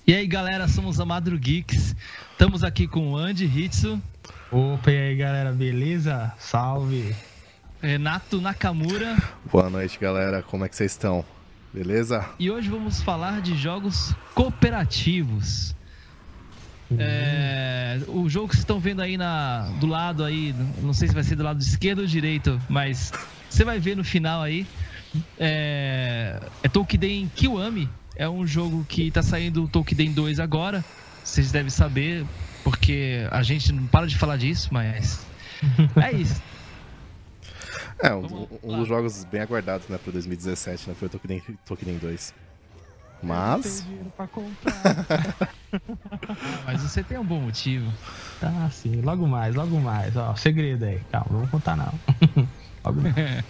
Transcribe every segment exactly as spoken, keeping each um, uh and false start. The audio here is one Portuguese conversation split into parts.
E aí galera, somos a Madru Geeks, estamos aqui com o Andy Hitsu. Opa, e aí galera, beleza? Salve! Renato Nakamura. Boa noite galera, como é que vocês estão? Beleza? E hoje vamos falar de jogos cooperativos. Uhum. É, o jogo que vocês estão vendo aí na, do lado aí, não sei se vai ser do lado esquerdo ou direito, mas você vai ver no final aí. É, é Toukiden Kiwami. É um jogo que tá saindo o Toukiden dois agora. Vocês devem saber, porque a gente não para de falar disso, mas é isso. É, um, um dos jogos bem aguardados, né, pro dois mil e dezessete, né, foi o Toukiden, Toukiden dois. Mas... Eu não tenho dinheiro pra comprar. Mas você tem um bom motivo. Tá, sim, logo mais, logo mais. Ó, segredo aí, calma, não vou contar não. Logo mais.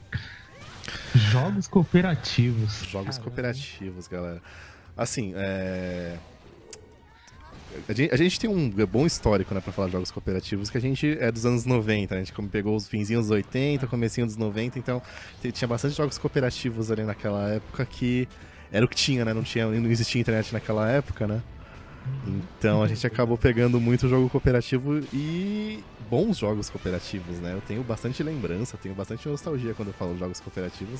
Jogos cooperativos. Jogos Caramba. cooperativos, galera. Assim, é... A gente, a gente tem um bom histórico, né, pra falar de jogos cooperativos, que a gente é dos anos noventa, a gente pegou os finzinhos dos oitenta, comecinho dos noventa, então tinha bastante jogos cooperativos ali naquela época que era o que tinha, né, não, tinha, não existia internet naquela época, né, então a gente acabou pegando muito jogo cooperativo e bons jogos cooperativos, né, eu tenho bastante lembrança, tenho bastante nostalgia quando eu falo de jogos cooperativos,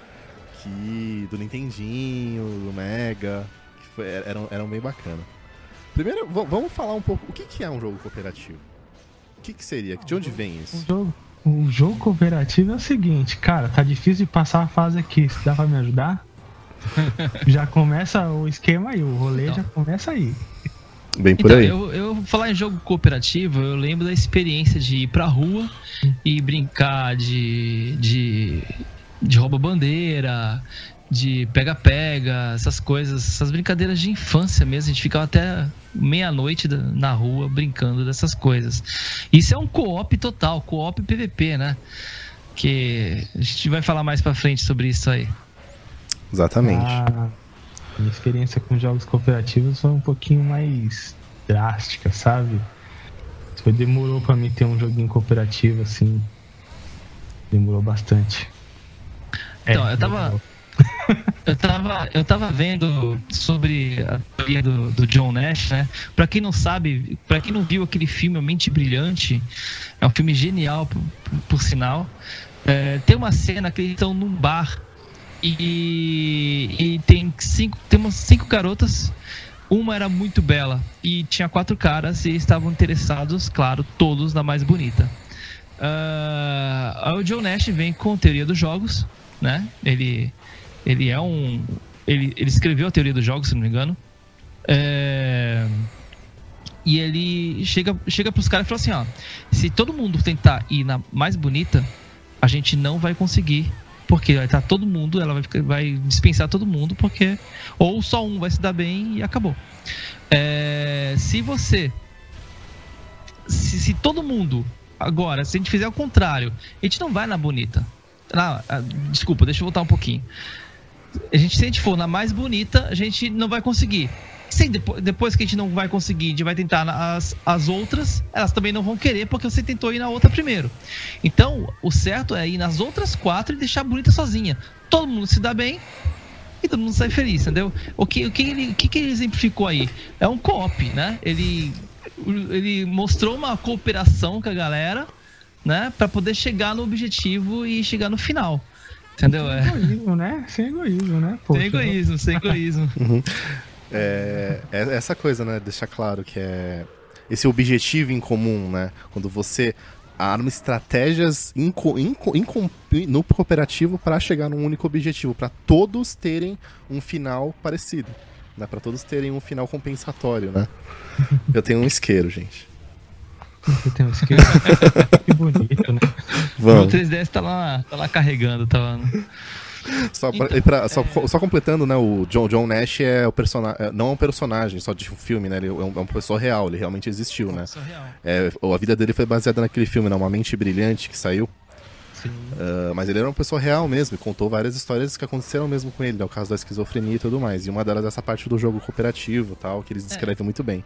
que do Nintendinho, do Mega, que foi, eram, eram bem bacanas. Primeiro, vamos falar um pouco, o que, que é um jogo cooperativo? O que, que seria? De onde vem isso? O jogo, o jogo cooperativo é o seguinte, cara, tá difícil de passar a fase aqui, se dá pra me ajudar? Já começa o esquema aí, o rolê então, já começa aí. Bem por então, aí. Eu, eu falar em jogo cooperativo, eu lembro da experiência de ir pra rua e brincar de, de, de rouba-bandeira, de pega-pega, essas coisas, essas brincadeiras de infância mesmo. A gente ficava até meia-noite na rua brincando dessas coisas. Isso é um co-op total, co-op P V P, né? Que a gente vai falar mais pra frente sobre isso aí. Exatamente. A minha experiência com jogos cooperativos foi um pouquinho mais drástica, sabe? Foi, demorou pra mim ter um joguinho cooperativo, assim. Demorou bastante. Então, é, eu tava... Eu tava, eu tava vendo sobre a teoria do, do John Nash, né? Pra quem não sabe, pra quem não viu aquele filme A Mente Brilhante, é um filme genial, por, por, por sinal. É, tem uma cena que eles estão num bar e, e tem, cinco, tem umas cinco garotas. Uma era muito bela e tinha quatro caras e estavam interessados, claro, todos na mais bonita. Uh, aí o John Nash vem com a teoria dos jogos, né? Ele... Ele é um... Ele, ele escreveu a teoria dos jogos, se não me engano. É... E ele chega, chega pros caras e fala assim, ó... Se todo mundo tentar ir na mais bonita, a gente não vai conseguir. Porque vai estar todo mundo... Ela vai, ficar, vai dispensar todo mundo, porque... Ou só um vai se dar bem e acabou. É... Se você... Se, se todo mundo... Agora, se a gente fizer o contrário... A gente não vai na bonita. Ah, ah, desculpa, deixa eu voltar um pouquinho. A gente, se a gente for na mais bonita, a gente não vai conseguir. Se depois, depois que a gente não vai conseguir, a gente vai tentar as, as outras, elas também não vão querer porque você tentou ir na outra primeiro. Então, o certo é ir nas outras quatro e deixar a bonita sozinha. Todo mundo se dá bem e todo mundo sai feliz, entendeu? O que, o que, ele, o que, que ele exemplificou aí? É um co-op, né? Ele, ele mostrou uma cooperação com a galera, né? Pra poder chegar no objetivo e chegar no final. Entendeu? Sem egoísmo, né? Sem egoísmo, né? Poxa, sem egoísmo, sem egoísmo. Uhum. É, é essa coisa, né? Deixar claro que é esse objetivo em comum, né? Quando você arma estratégias in, in, in, no cooperativo para chegar num único objetivo, para todos terem um final parecido, né? Para todos terem um final compensatório, né? Eu tenho um isqueiro, gente. Você tem um isqueiro? Que bonito, né? Vamos. O três D S tá lá, tá lá carregando, tá lá. Só, pra, então, pra, só, é... só completando, né? O John, John Nash é o personagem, não é um personagem só de um filme, né? Ele é um, é uma pessoa real, ele realmente existiu, né? Real. É, a vida dele foi baseada naquele filme, né? Uma Mente Brilhante que saiu. Sim. Uh, mas ele era uma pessoa real mesmo e contou várias histórias que aconteceram mesmo com ele, né? O caso da esquizofrenia e tudo mais. E uma delas é essa parte do jogo cooperativo e tal, que eles descrevem é. muito bem.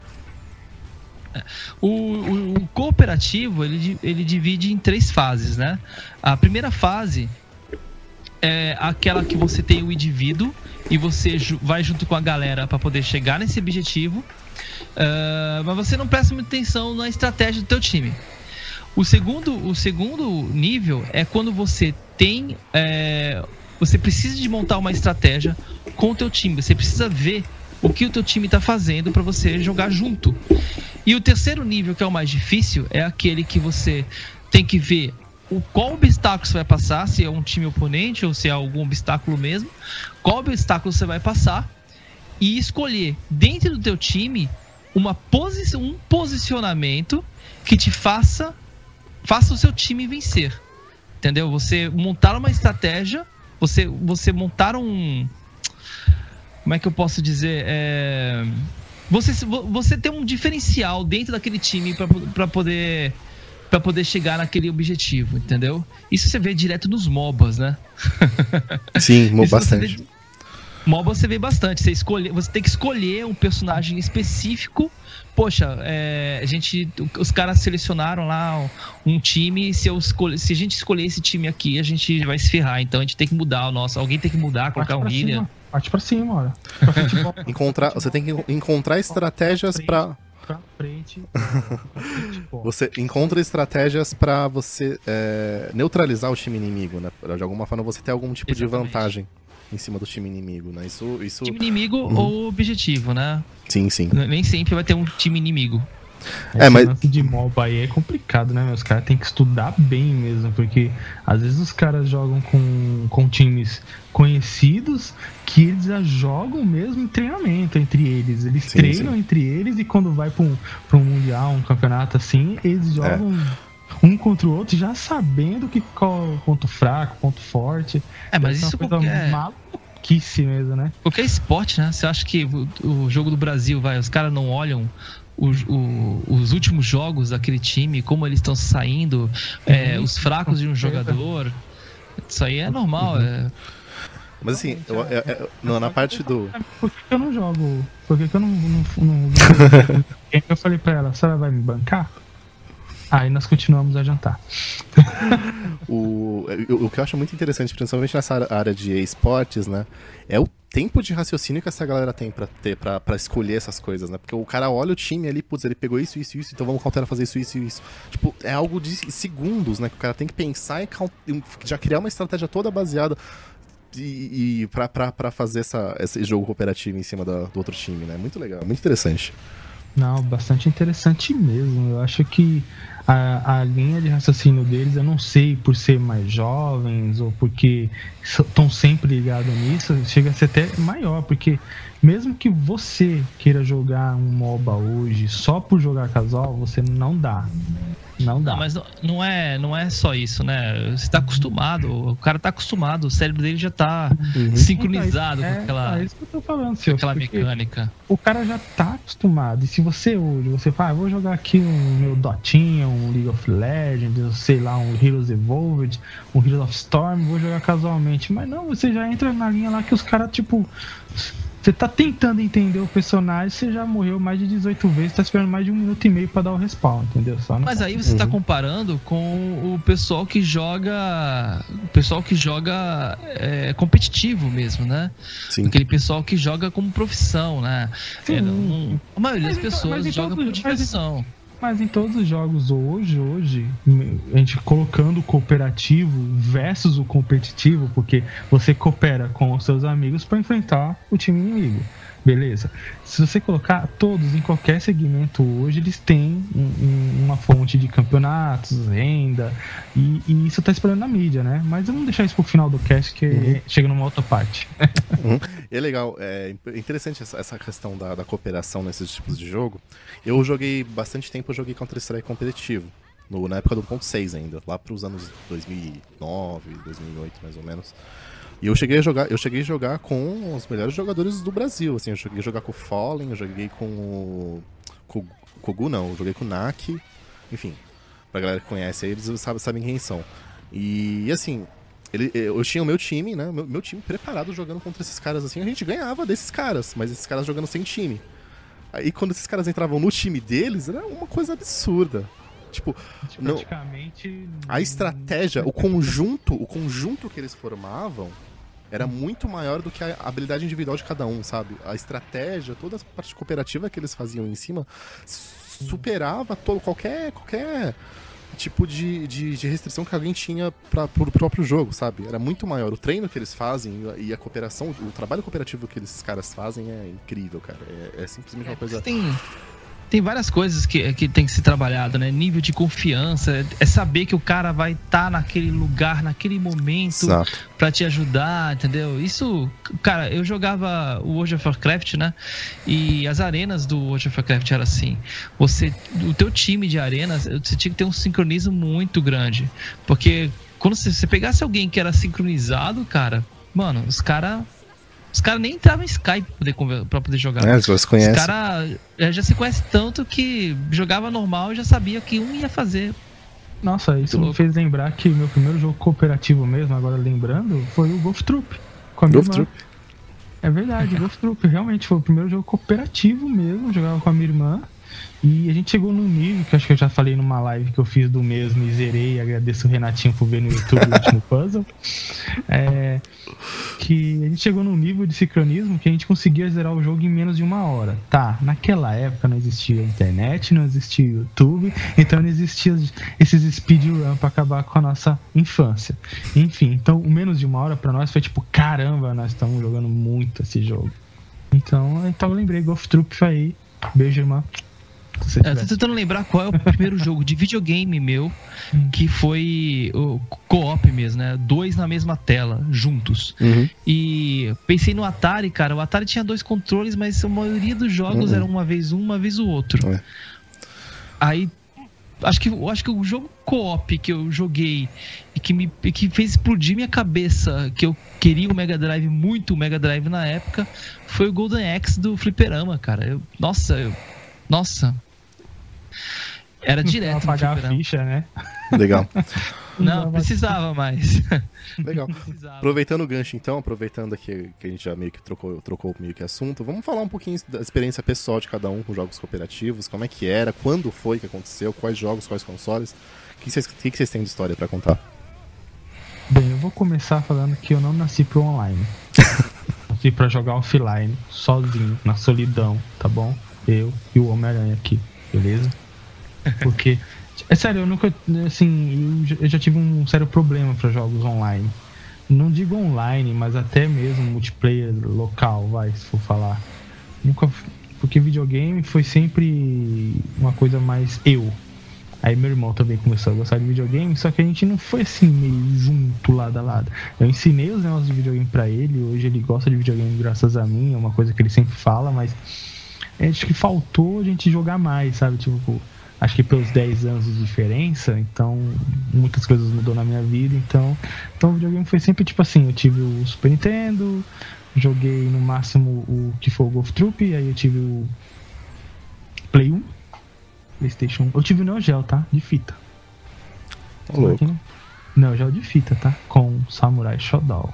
O, o, o cooperativo ele, ele divide em três fases, né? A primeira fase é aquela que você tem o indivíduo e você ju- vai junto com a galera para poder chegar nesse objetivo, uh, mas você não presta muita atenção na estratégia do teu time. O segundo, o segundo nível é quando você tem, é, você precisa de montar uma estratégia com o teu time. Você precisa ver o que o teu time está fazendo para você jogar junto. E o terceiro nível, que é o mais difícil, é aquele que você tem que ver o qual obstáculo você vai passar, se é um time oponente ou se é algum obstáculo mesmo, qual obstáculo você vai passar e escolher dentro do teu time uma posi- um posicionamento que te faça faça o seu time vencer, entendeu? Você montar uma estratégia, você, você montar um... Como é que eu posso dizer? É, você, você ter um diferencial dentro daquele time para poder, para poder chegar naquele objetivo, entendeu? Isso você vê direto nos MOBAs, né? Sim, bastante. Vê, MOBA você vê bastante. Você, escolhe, você tem que escolher um personagem específico. Poxa, é, a gente, os caras selecionaram lá um time. Se, eu escolher, se a gente escolher esse time aqui, a gente vai se ferrar. Então a gente tem que mudar o nosso. Alguém tem que mudar, colocar um healer. Parte pra cima, olha. Encontrar, você tem que encontrar estratégias pra. Pra frente. Você encontra estratégias pra você é, neutralizar o time inimigo, né? Pra, de alguma forma você ter algum tipo Exatamente. de vantagem em cima do time inimigo, né? Isso, isso... Time inimigo Uhum. ou objetivo, né? Sim, sim. Nem sempre vai ter um time inimigo. É, É, mas- lance de MOBA aí é complicado, né? Os caras têm que estudar bem mesmo, porque às vezes os caras jogam com, com times conhecidos que eles já jogam mesmo em treinamento entre eles. Eles Sim, treinam sim. entre eles e quando vai pra um, pra um mundial, um campeonato assim, eles jogam um contra o outro já sabendo que qual ponto fraco, ponto forte. É, mas Essa isso é uma coisa qualquer, maluquice mesmo, né? qualquer esporte, né? Você acha que o, o jogo do Brasil, vai, os caras não olham os, o, os últimos jogos daquele time, como eles estão saindo, é, os fracos de um jogador. Isso aí é normal. É... Mas assim, eu, eu, eu- não, na parte do... Por que, que eu não jogo? Por que, que eu não. não, não eu falei pra ela, a senhora vai me bancar? Aí nós continuamos a jantar. O, o, o que eu acho muito interessante, principalmente nessa área de esportes, né? É o tempo de raciocínio que essa galera tem pra, ter, pra, pra escolher essas coisas, né? Porque o cara olha o time ali, putz, ele pegou isso, isso, isso, então vamos counter fazer isso, isso e isso. Tipo, é algo de segundos, né? Que o cara tem que pensar e count- já criar uma estratégia toda baseada e, e pra, pra, pra fazer essa, esse jogo cooperativo em cima da- do outro time, né? Muito legal, muito interessante. Não, bastante interessante mesmo. Eu acho que a, a linha de raciocínio deles, eu não sei por ser mais jovens ou porque estão sempre ligados nisso, chega a ser até maior, porque mesmo que você queira jogar um MOBA hoje só por jogar casual, você não dá. Não dá. Não, mas não- não é, não é só isso, né? Você tá acostumado, o cara tá acostumado, o cérebro dele já tá Uhum. sincronizado é, com aquela, É isso que eu tô falando, com Celso, aquela porque mecânica. o cara já tá acostumado. E se você hoje, você fala, ah, vou jogar aqui um meu Dotinha, um League of Legends, sei lá, um Heroes Evolved, um Heroes of Storm, vou jogar casualmente. Mas não, você já entra na linha lá que os caras, tipo... Você tá tentando entender o personagem, você já morreu mais de dezoito vezes, tá esperando mais de um minuto e meio pra dar o respawn, entendeu? Só não... Mas aí você tá Uhum. comparando com o pessoal que joga. O pessoal que joga é, competitivo mesmo, né? Sim. Aquele pessoal que joga como profissão, né? Sim. É, não- a maioria Mas das então- pessoas mas então- joga por mas- diversão. Mas em todos os jogos hoje, hoje, a gente colocando o cooperativo versus o competitivo, porque você coopera com os seus amigos para enfrentar o time inimigo. Beleza. Se você colocar todos em qualquer segmento hoje, eles têm um- um- uma fonte de campeonatos, renda, e, e isso tá esperando na mídia, né? Mas vamos deixar isso pro final do cast, que Uhum. chega numa outra parte. É legal, é interessante essa, essa questão da, da cooperação nesses tipos de jogo. Eu joguei bastante tempo, eu joguei Counter-Strike competitivo, no, na época do um ponto seis ainda, lá pros anos dois mil e nove, dois mil e oito mais ou menos. E eu cheguei a jogar, eu cheguei a jogar com os melhores jogadores do Brasil, assim, eu cheguei a jogar com o Fallen, eu joguei com o com o Kogu não, eu joguei com o Naki, enfim, pra galera que conhece aí, eles sabem, sabem quem são. E assim, ele, eu tinha o meu time, né? Meu, meu time preparado jogando contra esses caras assim. A gente ganhava desses caras, mas esses caras jogando sem time. Aí quando esses caras entravam no time deles, era uma coisa absurda. Tipo, não, praticamente... a estratégia, o conjunto, o conjunto que eles formavam era muito maior do que a habilidade individual de cada um, sabe? A estratégia, toda a parte cooperativa que eles faziam em cima superava todo, qualquer, qualquer tipo de, de, de restrição que alguém tinha para o próprio jogo, sabe? Era muito maior. O treino que eles fazem e a cooperação, o trabalho cooperativo que esses caras fazem é incrível, cara. É, é simplesmente uma coisa... Tem, tem várias coisas que, que tem que ser trabalhado, né? Nível de confiança, é saber que o cara vai estar tá naquele lugar, naquele momento, para te ajudar, entendeu? Isso, cara, eu jogava o World of Warcraft, né? E as arenas do World of Warcraft eram assim. Você, o teu time de arenas, você tinha que ter um sincronismo muito grande. Porque quando você, você pegasse alguém que era sincronizado, cara, mano, os caras... Os caras nem entravam em Skype pra poder, pra poder jogar. É, você conhece. Os caras já se conhecem tanto que jogava normal e já sabia o que um ia fazer. Nossa, isso me fez lembrar que meu primeiro jogo cooperativo mesmo, agora lembrando, foi o Golf Troop. Com a minha Golf irmã. Troop. É verdade, Golf Troop. Realmente foi o primeiro jogo cooperativo mesmo, jogava com a minha irmã. E a gente chegou num nível, que acho que eu já falei numa live que eu fiz do mesmo e zerei, agradeço o Renatinho por ver no YouTube o último puzzle. É, que a gente chegou num nível de sincronismo que a gente conseguia zerar o jogo em menos de uma hora. Tá, naquela época não existia internet, não existia YouTube, então não existia esses speedrun pra acabar com a nossa infância. Enfim, então o menos de uma hora pra nós foi tipo, caramba, nós estamos jogando muito esse jogo. Então, então eu lembrei, Golf Troop foi aí. Beijo, irmã. Eu tô tentando lembrar qual é o primeiro jogo de videogame meu que foi o co-op mesmo, né? Dois na mesma tela, juntos. Uhum. E pensei no Atari, cara. O Atari tinha dois controles, mas a maioria dos jogos uhum. era uma vez um, uma vez o outro. Uhum. Aí, acho que, acho que o jogo co-op que eu joguei e que, me, que fez explodir minha cabeça, que eu queria o Mega Drive, muito o Mega Drive na época, foi o Golden Axe do Fliperama, cara. Eu, nossa, eu, nossa... Era direto pagar a ficha, né? Legal. Não, precisava mais. Legal. Precisava. Aproveitando o gancho, então, aproveitando aqui que a gente já meio que trocou, trocou meio que assunto, vamos falar um pouquinho da experiência pessoal de cada um com jogos cooperativos, como é que era, quando foi que aconteceu, quais jogos, quais consoles, o que vocês, que que vocês têm de história pra contar? Bem, eu vou começar falando que eu não nasci pro online. Nasci pra jogar offline, sozinho, na solidão, tá bom? Eu e o Homem-Aranha aqui, beleza? Porque, é sério, eu nunca, assim, eu já tive um sério problema para jogos online. Não digo online, mas até mesmo multiplayer local, vai, se for falar. Nunca, porque videogame foi sempre uma coisa mais eu. Aí meu irmão também começou a gostar de videogame, só que a gente não foi assim meio junto, lado a lado. Eu ensinei os negócios de videogame pra ele, hoje ele gosta de videogame graças a mim, é uma coisa que ele sempre fala, mas acho que faltou a gente jogar mais, sabe? Tipo, acho que pelos dez anos de diferença, então muitas coisas mudou na minha vida, então, então o videogame foi sempre tipo assim, eu tive o Super Nintendo, joguei no máximo o que foi o Golf Troop, aí eu tive o Play um, PlayStation um, eu tive o Neo Geo, tá? De fita. Ô, louco. Neo Geo de fita, tá? Com Samurai Shodown.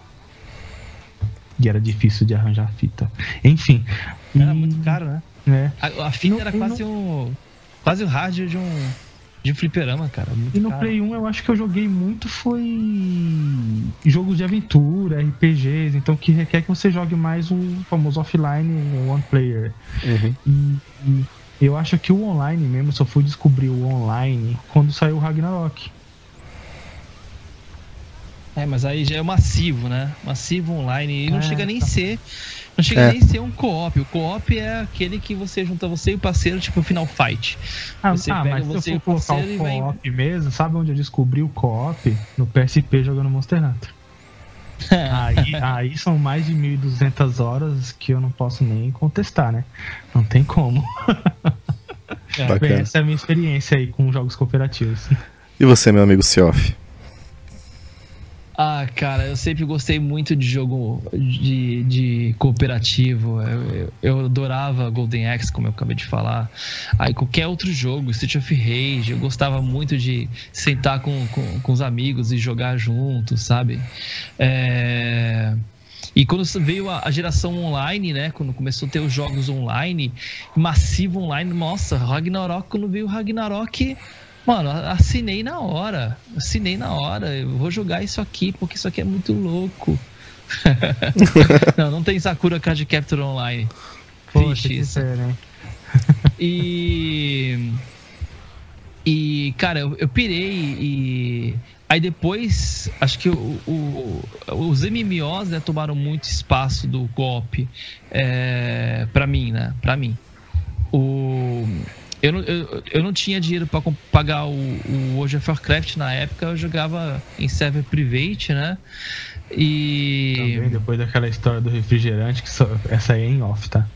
E era difícil de arranjar fita. Enfim. Era e... muito caro, né? É. A, a fita no, era quase no... um... Quase o hardware de um, de um fliperama, cara. Muito e no caro. Play um eu acho que eu joguei muito foi jogos de aventura, R P Gs, então que requer que você jogue mais o famoso offline, o one player. Uhum. E, e eu acho que o online mesmo, só fui descobrir o online quando saiu o Ragnarok. É, mas aí já é massivo, né? Massivo online. E não é, chega nem tá. ser... Não chega É. nem a ser um co-op. O co-op é aquele que você junta você e o parceiro, tipo Final Fight. Ah, Você ah pega mas você se e eu o for colocar parceiro e o vai... co-op mesmo, sabe onde eu descobri o co-op? No P S P jogando Monster Hunter. Aí, aí são mais de mil e duzentas horas que eu não posso nem contestar, né? Não tem como. Bacana. Bem, essa é a minha experiência aí com jogos cooperativos. E você, meu amigo Cioff? Ah, cara, eu sempre gostei muito de jogo de, de cooperativo. Eu, eu, eu adorava Golden Axe, como eu acabei de falar. Aí qualquer outro jogo, Street of Rage, eu gostava muito de sentar com, com, com os amigos e jogar juntos, sabe? É... E quando veio a, a geração online, né? Quando começou a ter os jogos online, massivo online, nossa, Ragnarok, quando veio o Ragnarok... Mano, assinei na hora. Assinei na hora. Eu vou jogar isso aqui, porque isso aqui é muito louco. Não, não tem Sakura Card Capture Online. Poxa, Triste isso. sério, hein? E... E, cara, eu, eu pirei e... Aí depois, acho que o, o, os M M Os, né, tomaram muito espaço do golpe é, pra mim, né? Pra mim. O... Eu não, eu, eu não tinha dinheiro pra pagar o, o World of Warcraft na época, eu jogava em server private, né? E... Também depois daquela história do refrigerante, que só... essa aí é em off, tá?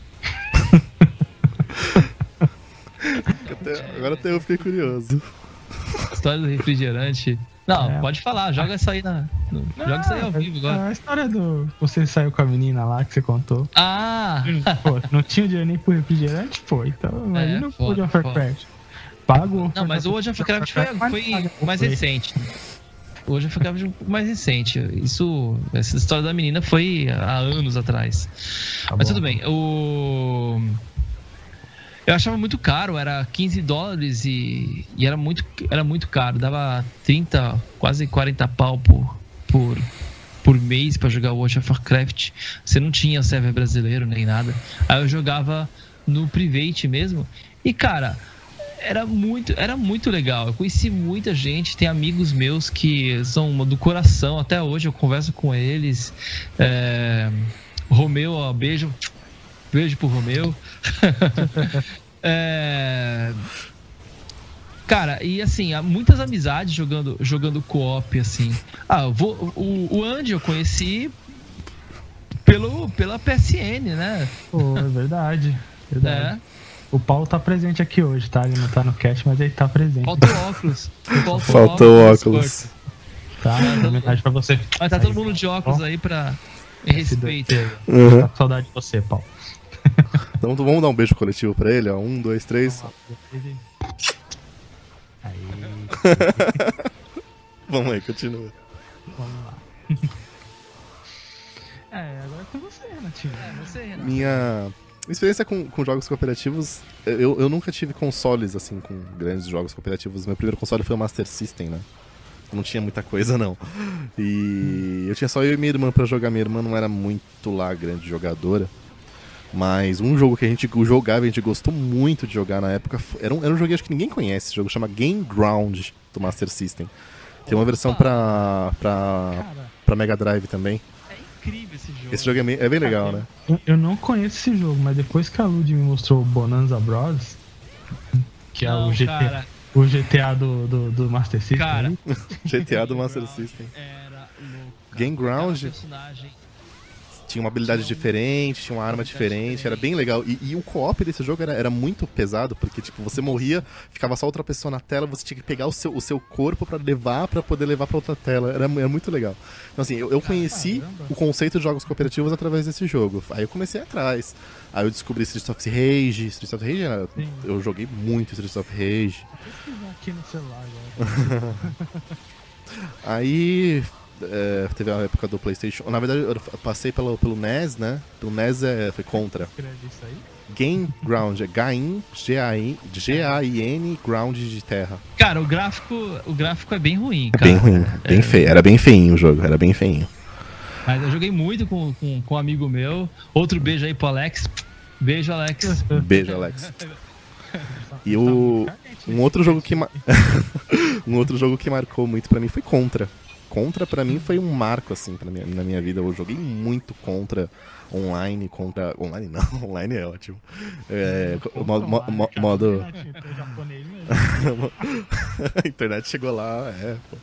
Até, agora até eu fiquei curioso. História do refrigerante. Não, É. pode falar, joga essa aí na. no- joga isso aí ao vivo agora. A história do... Você saiu com a menina lá que você contou. Ah! Pô, não tinha dinheiro nem pro refrigerante, pô. Então, imagina o foda, World of Warcraft. Pagou. Não, mas o World of Warcraft foi, foi mais recente. O World of Warcraft é um pouco mais recente. Isso, essa história da menina foi há anos atrás. Tá Mas bom. tudo bem. O... Eu achava muito caro, era quinze dólares e, e era, muito, era muito caro. Dava trinta, quase quarenta pau por, por, por mês pra jogar World of Warcraft. Você não tinha server brasileiro nem nada. Aí eu jogava no private mesmo. E cara, era muito, era muito legal. Eu conheci muita gente, tem amigos meus que são do coração. Até hoje eu converso com eles. É... Romeu, ó, beijo. Beijo pro Romeu. É... Cara, e assim, há muitas amizades jogando, jogando co-op, assim. Ah, eu vou, o, o Andy eu conheci pelo, pela P S N, né? Pô, é verdade. verdade. É. O Paulo tá presente aqui hoje, tá? Ele não tá no cast, mas ele tá presente. Faltou óculos. Faltou, Faltou óculos. Tá? Em homenagem pra você. Mas tá todo mundo de óculos aí pra... Em respeito. Uhum. Tá com saudade de você, Paulo. Então vamos dar um beijo coletivo pra ele, ó. Um, dois, três. Aí, Vamos aí, continua. vamos lá. É, agora é com você, Renatinho. É, você, Renato. Minha experiência com, com jogos cooperativos, eu, eu nunca tive consoles assim com grandes jogos cooperativos. Meu primeiro console foi o Master System, né? Não tinha muita coisa, não. E eu tinha só eu e minha irmã pra jogar. Minha irmã não era muito lá grande jogadora. Mas um jogo que a gente jogava, a gente gostou muito de jogar na época, era um, era um jogo que acho que ninguém conhece. Esse jogo chama Game Ground, do Master System. Tem uma versão pra, pra, Cara, pra Mega Drive também. É incrível esse jogo. Esse jogo é, meio- é bem legal, né? eu, eu não conheço esse jogo, mas depois que a Lud me mostrou o Bonanza Bros, que é Não, o G T A, cara, o G T A do, do, do Master System. Cara. aí, G T A do Master System. era louco. cara. Game Ground. Aquela personagem. Tinha uma habilidade diferente, tinha uma arma diferente, era bem legal. E, e o co-op desse jogo era, era muito pesado, porque tipo, você morria, ficava só outra pessoa na tela, você tinha que pegar o seu, o seu corpo pra levar, pra poder levar pra outra tela. Era, era muito legal. Então assim, eu, eu conheci Caramba. o conceito de jogos cooperativos através desse jogo. Aí eu comecei atrás. Aí eu descobri Streets of Rage. Streets of Rage, era, Sim. eu joguei muito Streets of Rage. Vou pesquisar aqui no celular agora. Aí é, teve a época do PlayStation. Na verdade, eu passei pelo, pelo N E S, né? Pelo N E S é, foi contra. Escreve isso aí. Game Ground, é Gain, G A I N, Ground de terra. Cara, o gráfico, o gráfico é bem ruim, cara. Bem ruim, bem feio. Era bem feinho o jogo, era bem feinho. Mas eu joguei muito com, com, com um amigo meu. Outro beijo aí pro Alex. Beijo, Alex. Beijo, Alex. E o um outro jogo que ma- um outro jogo que marcou muito pra mim foi Contra. Contra pra mim foi um marco assim para minha, na minha vida. Eu joguei muito Contra online, Contra online não, online é ótimo. É, modo, mo- mo- modo a internet chegou lá, é. Pô.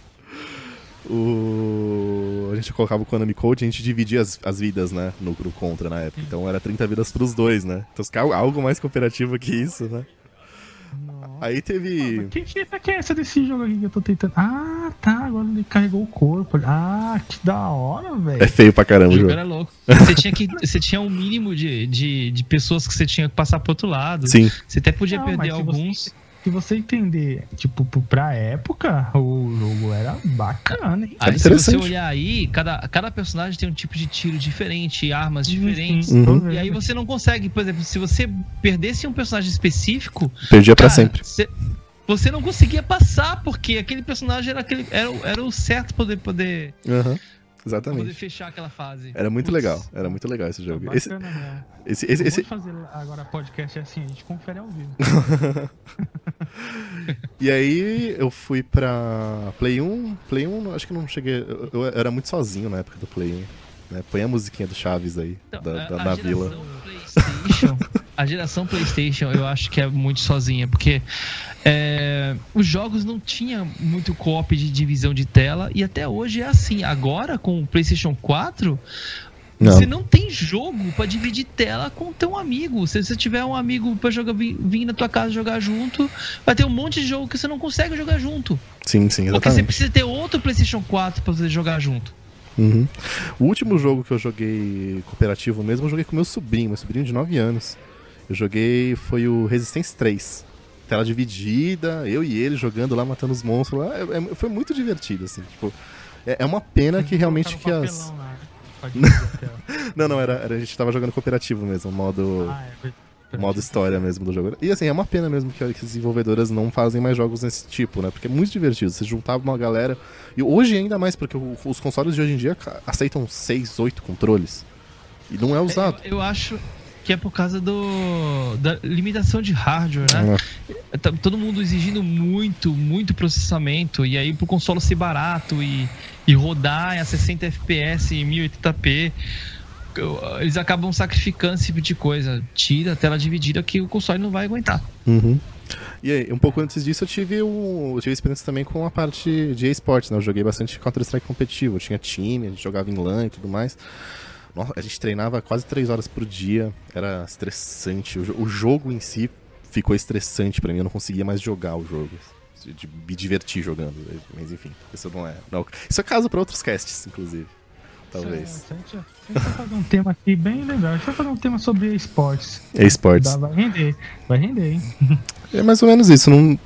O... A gente colocava o Konami Code e a gente dividia as, as vidas, né? No, no Contra na época. Então era trinta vidas pros dois, né? Então algo mais cooperativo que isso, né? Aí teve. Que fita que é essa desse jogo aqui que eu tô tentando? Ah, tá, agora ele carregou o corpo. Ah, que da hora, velho. É feio pra caramba O o jogo jogo. era louco. Você tinha, que, você tinha um mínimo de, de, de pessoas que você tinha que passar pro outro lado. Sim. Você até podia Não, perder mas se alguns. Você, se você entender, tipo, pro- pra época, o jogo era bacana, hein? Aí se você interessante. olhar aí, cada, cada personagem tem um tipo de tiro diferente, armas diferentes. Uhum, tô Uhum. vendo. E aí você não consegue, por exemplo, se você perdesse um personagem específico, Perdia pra cara, sempre. Você, você não conseguia passar, porque aquele personagem era, aquele, era, era o certo poder poder, uhum, exatamente. poder fechar aquela fase. Era muito Puts. legal, era muito legal esse jogo. Bacana, Esse, né? esse, esse, esse... fazer agora podcast é assim, a gente confere ao vivo. E aí eu fui pra Play um. Play um, acho que não cheguei. Eu, eu era muito sozinho na época do Play um. Né? Põe a musiquinha do Chaves aí, Então, da, a, da, a da geração vila. PlayStation, a geração PlayStation eu acho que é muito sozinha, porque é, os jogos não tinham muito co-op de divisão de tela, e até hoje é assim. Agora, com o PlayStation quatro, Não. você não tem jogo pra dividir tela com teu amigo. Se você tiver um amigo pra jogar, vir, vir na tua casa jogar junto, vai ter um monte de jogo que você não consegue jogar junto. Sim, sim, exatamente. Porque você precisa ter outro PlayStation quatro pra você jogar junto. Uhum. O último jogo que eu joguei cooperativo mesmo, eu joguei com meu sobrinho, meu sobrinho de nove anos. Eu joguei, foi o Resistance três. Tela dividida, eu e ele jogando lá, matando os monstros lá. É, é, foi muito divertido, assim. Tipo, é, é uma pena que realmente que as... Não, não, era, era, a gente tava jogando cooperativo mesmo, modo... Ah, é modo história mesmo do jogo. E assim, é uma pena mesmo que as desenvolvedoras não fazem mais jogos desse tipo, né? Porque é muito divertido. Você juntava uma galera. E hoje ainda mais, porque os consoles de hoje em dia aceitam seis, oito controles. E não é usado. Eu, eu acho que é por causa do da limitação de hardware, né? É. Tá todo mundo exigindo muito, muito processamento. E aí pro console ser barato e, e rodar a sessenta F P S em mil e oitenta p, eles acabam sacrificando esse tipo de coisa. Tira a tela dividida que o console não vai aguentar. Uhum. E aí, um pouco antes disso eu tive, um, eu tive experiência também com a parte de esportes, né? Eu joguei bastante Counter-Strike competitivo. Eu tinha time, a gente jogava em LAN e tudo mais. Nossa, a gente treinava quase três horas por dia. Era estressante. O, o jogo em si ficou estressante pra mim. Eu não conseguia mais jogar o jogo. De me divertir jogando. Mas enfim, isso não é... Não. Isso é caso pra outros casts, inclusive. Talvez. A gente, a gente vai fazer um tema aqui bem legal. A gente vai fazer um tema sobre esportes. Esportes. Vai render. Vai render, hein? É mais ou menos isso. Não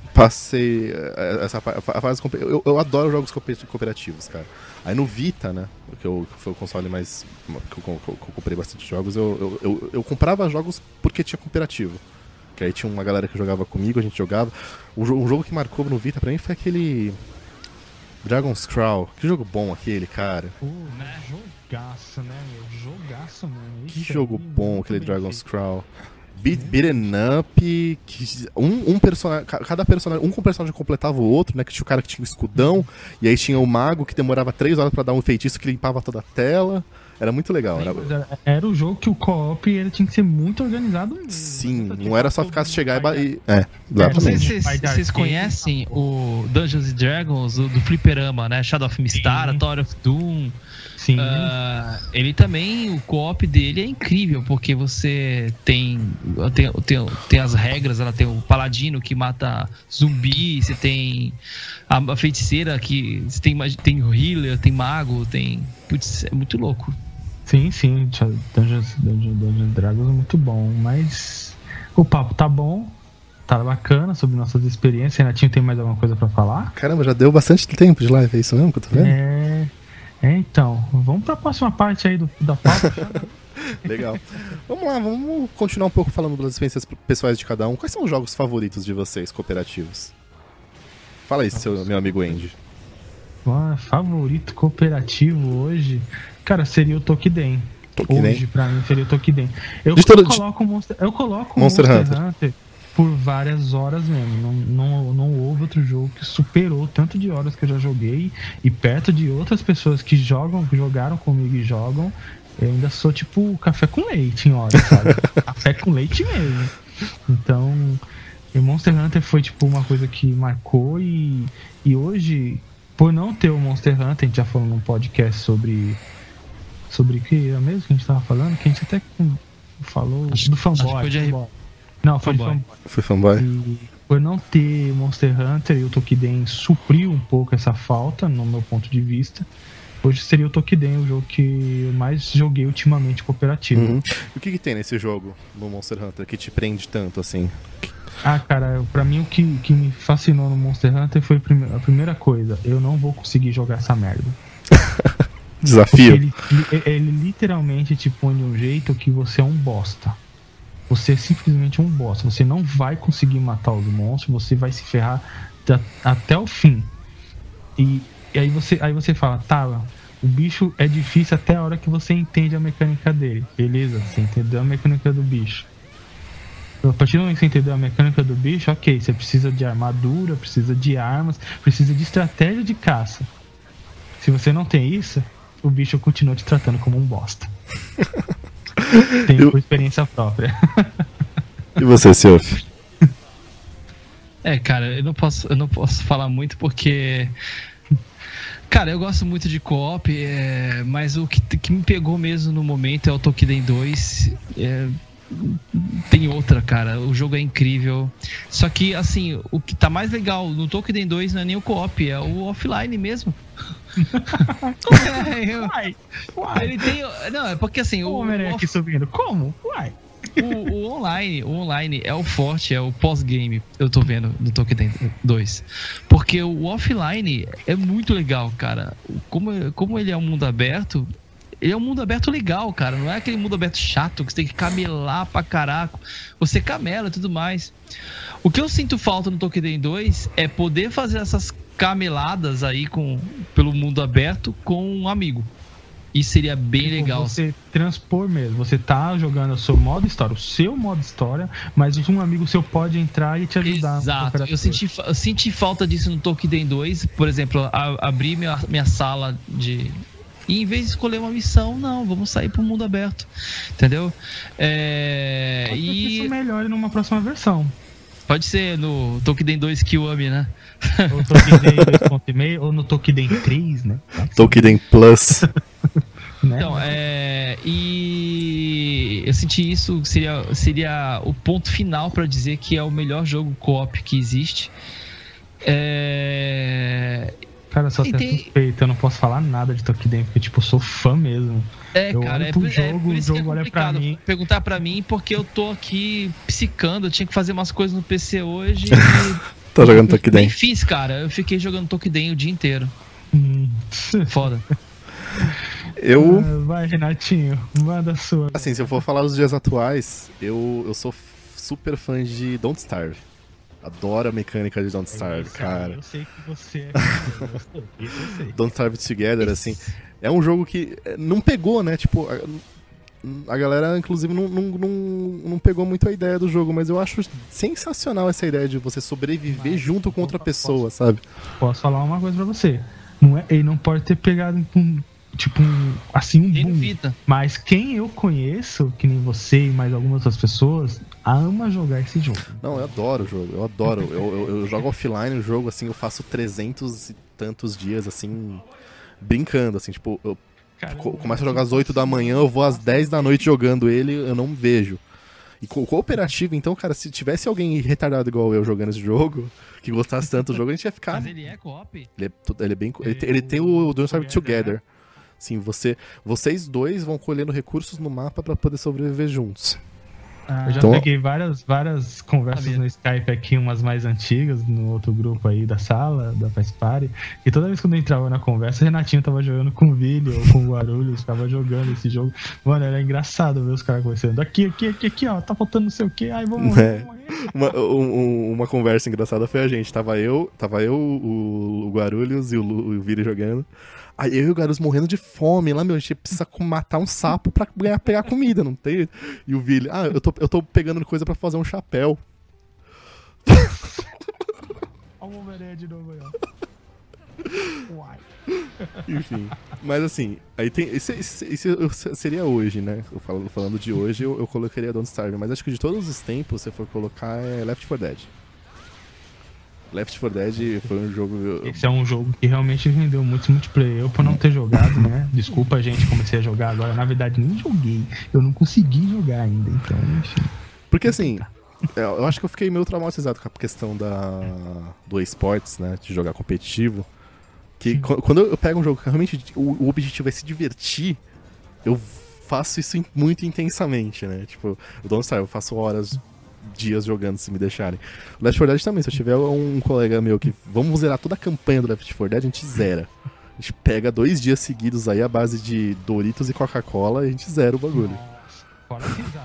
passei essa a fase. Eu, eu adoro jogos cooperativos, cara. Aí no Vita, né? Que, eu, que foi o console mais. Que eu, que eu comprei bastante jogos. Eu, eu, eu, eu comprava jogos porque tinha cooperativo. Que aí tinha uma galera que jogava comigo, a gente jogava. O, o jogo que marcou no Vita pra mim foi aquele. Dragon's Crawl. Que jogo bom aquele, cara. Pô, né? Jogaço, né, meu? Jogaço, mano. Que Isso jogo é bom aquele Dragon's Crawl. Beat, beaten up, que um, um personagem, cada personagem, um com personagem completava o outro, né? Que tinha o cara que tinha o escudão, e aí tinha o mago que demorava três horas pra dar um feitiço que limpava toda a tela. Era muito legal. Sim, era... era o jogo que o co-op ele tinha que ser muito organizado mesmo. Sim, não era só ficar chegar e... É, exatamente. Não sei se vocês conhecem o Dungeons and Dragons do, do Fliperama, né? Shadow of Mistara, Tower of Doom. Sim. Uh, ele também, o co-op dele é incrível, porque você tem, tem, tem, tem as regras, ela tem o paladino que mata zumbi, você tem a, a feiticeira que você tem, tem o healer, tem mago, tem... Putz, é muito louco. Sim, sim, Dungeons, Dungeons, Dungeons Dragons é muito bom, mas o papo tá bom, tá bacana sobre nossas experiências. Renatinho, tem mais alguma coisa pra falar? Caramba, já deu bastante tempo de live, é isso mesmo que eu tô vendo? É, é então, vamos pra próxima parte aí do, da pauta. Legal. Vamos lá, vamos continuar um pouco falando das experiências pessoais de cada um. Quais são os jogos favoritos de vocês, cooperativos? Fala aí, seu, meu amigo Andy. Ah, favorito cooperativo hoje, cara, seria o Tokiden. Tokiden? Hoje, pra mim, seria o Tokiden. Eu, todo... eu coloco o Monster, eu coloco Monster, Monster Hunter. Hunter por várias horas mesmo. Não, não, não houve outro jogo que superou tanto de horas que eu já joguei. E perto de outras pessoas que jogam, que jogaram comigo e jogam, eu ainda sou tipo café com leite em horas, sabe? Café com leite mesmo. Então, o Monster Hunter foi tipo uma coisa que marcou. E, e hoje, por não ter o Monster Hunter, a gente já falou num podcast sobre sobre o que era mesmo que a gente tava falando, que a gente até falou acho, do fanboy, foi de... fanboy. Não, foi fanboy. fanboy. Foi fanboy. E por não ter Monster Hunter, e o Tokiden supriu um pouco essa falta, no meu ponto de vista. Hoje seria o Tokiden o jogo que eu mais joguei ultimamente cooperativo. Uhum. E o que, que tem nesse jogo, no Monster Hunter, que te prende tanto assim? Ah, cara, pra mim o que, que me fascinou no Monster Hunter foi a primeira coisa: eu não vou conseguir jogar essa merda. Desafio. Ele, ele literalmente te põe de um jeito que você é um bosta. você é simplesmente um boss. Você não vai conseguir matar os monstros, você vai se ferrar da, até o fim. E, e aí, você, aí você fala, tá, o bicho é difícil até a hora que você entende a mecânica dele. Beleza, você entendeu a mecânica do bicho. A partir do momento que você entendeu a mecânica do bicho, ok, você precisa de armadura, precisa de armas, precisa de estratégia de caça. Se você não tem isso, o bicho continua te tratando como um bosta. Tenho por experiência própria. E você, Seof? É, cara, eu não posso, eu não posso falar muito porque... Cara, eu gosto muito de co-op, é, mas o que, que me pegou mesmo no momento é o Tokiden dois. É, tem outra, cara. O jogo é incrível. Só que, assim, o que tá mais legal no Tokiden dois não é nem o co-op, é o offline mesmo. é, eu, Uai, uai. Ele tem... Não, é porque assim... O o, Homem o aqui subindo. Como? Uai. O, o online, o online é o forte, é o pós-game, eu tô vendo no Tokiden dois. Porque o offline é muito legal, cara. Como, como ele é um mundo aberto, ele é um mundo aberto legal, cara. Não é aquele mundo aberto chato que você tem que camelar pra caraca. Você camela e tudo mais. O que eu sinto falta no Tokiden dois é poder fazer essas cameladas aí com, pelo mundo aberto com um amigo. Isso seria bem tipo, legal. Você transpor mesmo. Você tá jogando o seu modo história, o seu modo história, mas um amigo seu pode entrar e te ajudar. Exato. Eu senti, eu senti falta disso no Tokiden dois. Por exemplo, a, abrir minha, minha sala de... E em vez de escolher uma missão, não, vamos sair pro mundo aberto. Entendeu? É... Pode e... que isso melhore numa próxima versão. Pode ser no Tokiden dois Kiwami, né? Ou no Tokiden dois ponto cinco, ou no Tokiden três, né? Tokiden Plus. Né? Então, é... E eu senti isso, seria, seria o ponto final pra dizer que é o melhor jogo co-op que existe. É... Cara, só até tem... suspeito, eu não posso falar nada de Tokiden, porque, tipo, eu sou fã mesmo. É, eu cara, é pro por, jogo, é por isso o jogo que é olha pra complicado mim. perguntar pra mim, porque eu tô aqui psicando, eu tinha que fazer umas coisas no P C hoje e... Tá jogando Tokiden? Nem fiz, cara, eu fiquei jogando Tokiden o dia inteiro. Hum. Foda. Eu... Ah, vai, Renatinho, manda a sua. Assim, se eu for falar dos dias atuais, eu, eu sou super fã de Don't Starve. Adoro a mecânica de Don't Starve, eu cara. Eu sei que você é. Eu sei, isso eu sei. Don't Starve Together, assim, é um jogo que não pegou, né? Tipo, a, a galera, inclusive, não, não, não, não pegou muito a ideia do jogo, mas eu acho sensacional essa ideia de você sobreviver Mas, junto com outra posso, pessoa, sabe? Posso falar uma coisa pra você. Não é, ele não pode ter pegado um, tipo, um, assim, um Tem boom. fita. Mas quem eu conheço, que nem você e mais algumas outras pessoas, ama jogar esse jogo. Não, eu adoro o jogo, eu adoro. Eu, eu, eu jogo offline o jogo, assim, eu faço trezentos e tantos dias, assim, brincando, assim, tipo, eu Caramba, co começo a jogar às oito da manhã, eu vou às dez da noite jogando ele, eu não vejo. E co cooperativo, então, cara, se tivesse alguém retardado igual eu jogando esse jogo, que gostasse tanto do jogo, a gente ia ficar... Mas ele é co-op? Ele, é, ele é bem... Ele, tem, ele tem o Don't Starve Together. Sim, você, vocês dois vão colhendo recursos no mapa pra poder sobreviver juntos. Ah, eu já então... peguei várias, várias conversas Sabia. no Skype aqui, umas mais antigas, no outro grupo aí da sala, da Faz Party. E toda vez que eu entrava na conversa, o Renatinho tava jogando com o Vili ou com o Guarulhos, tava jogando esse jogo. Mano, era engraçado ver os caras conversando. Aqui, aqui, aqui, aqui, ó, tá faltando não sei o que, ai, vamos morrer, É. vamos morrer. Uma, um, uma conversa engraçada foi a gente. Tava eu, tava eu o, o Guarulhos e o, Lu, o Vili jogando. Aí eu e o Guarulhos morrendo de fome lá, meu. A gente precisa matar um sapo pra ganhar, pegar comida, não tem? E o Vili, ah, eu tô, eu tô pegando coisa pra fazer um chapéu. Olha o Homem-Aranha de novo aí, ó. Uai. Enfim. Mas assim, aí tem. Esse, esse, esse seria hoje, né? Eu falo, falando de hoje, eu, eu colocaria Don't Starve. Mas acho que de todos os tempos, se for colocar, é Left four Dead. Left four Dead foi um jogo... Esse é um jogo que realmente vendeu muitos multiplayer. Eu, por não ter jogado, né? Desculpa, gente, comecei a jogar agora. Na verdade, nem joguei. Eu não consegui jogar ainda, então, enfim. Porque assim, eu acho que eu fiquei meio traumatizado com a questão da, do esportes, né? De jogar competitivo. Que quando eu pego um jogo que realmente o, o objetivo é se divertir, eu faço isso muito intensamente, né? Tipo, o Don't Starve, eu faço horas, dias jogando se me deixarem. O Left four Dead também, se eu tiver um colega meu que vamos zerar toda a campanha do Left four Dead, a gente zera. A gente pega dois dias seguidos aí à base de Doritos e Coca-Cola e a gente zera o bagulho. Nossa, fora a risada, né?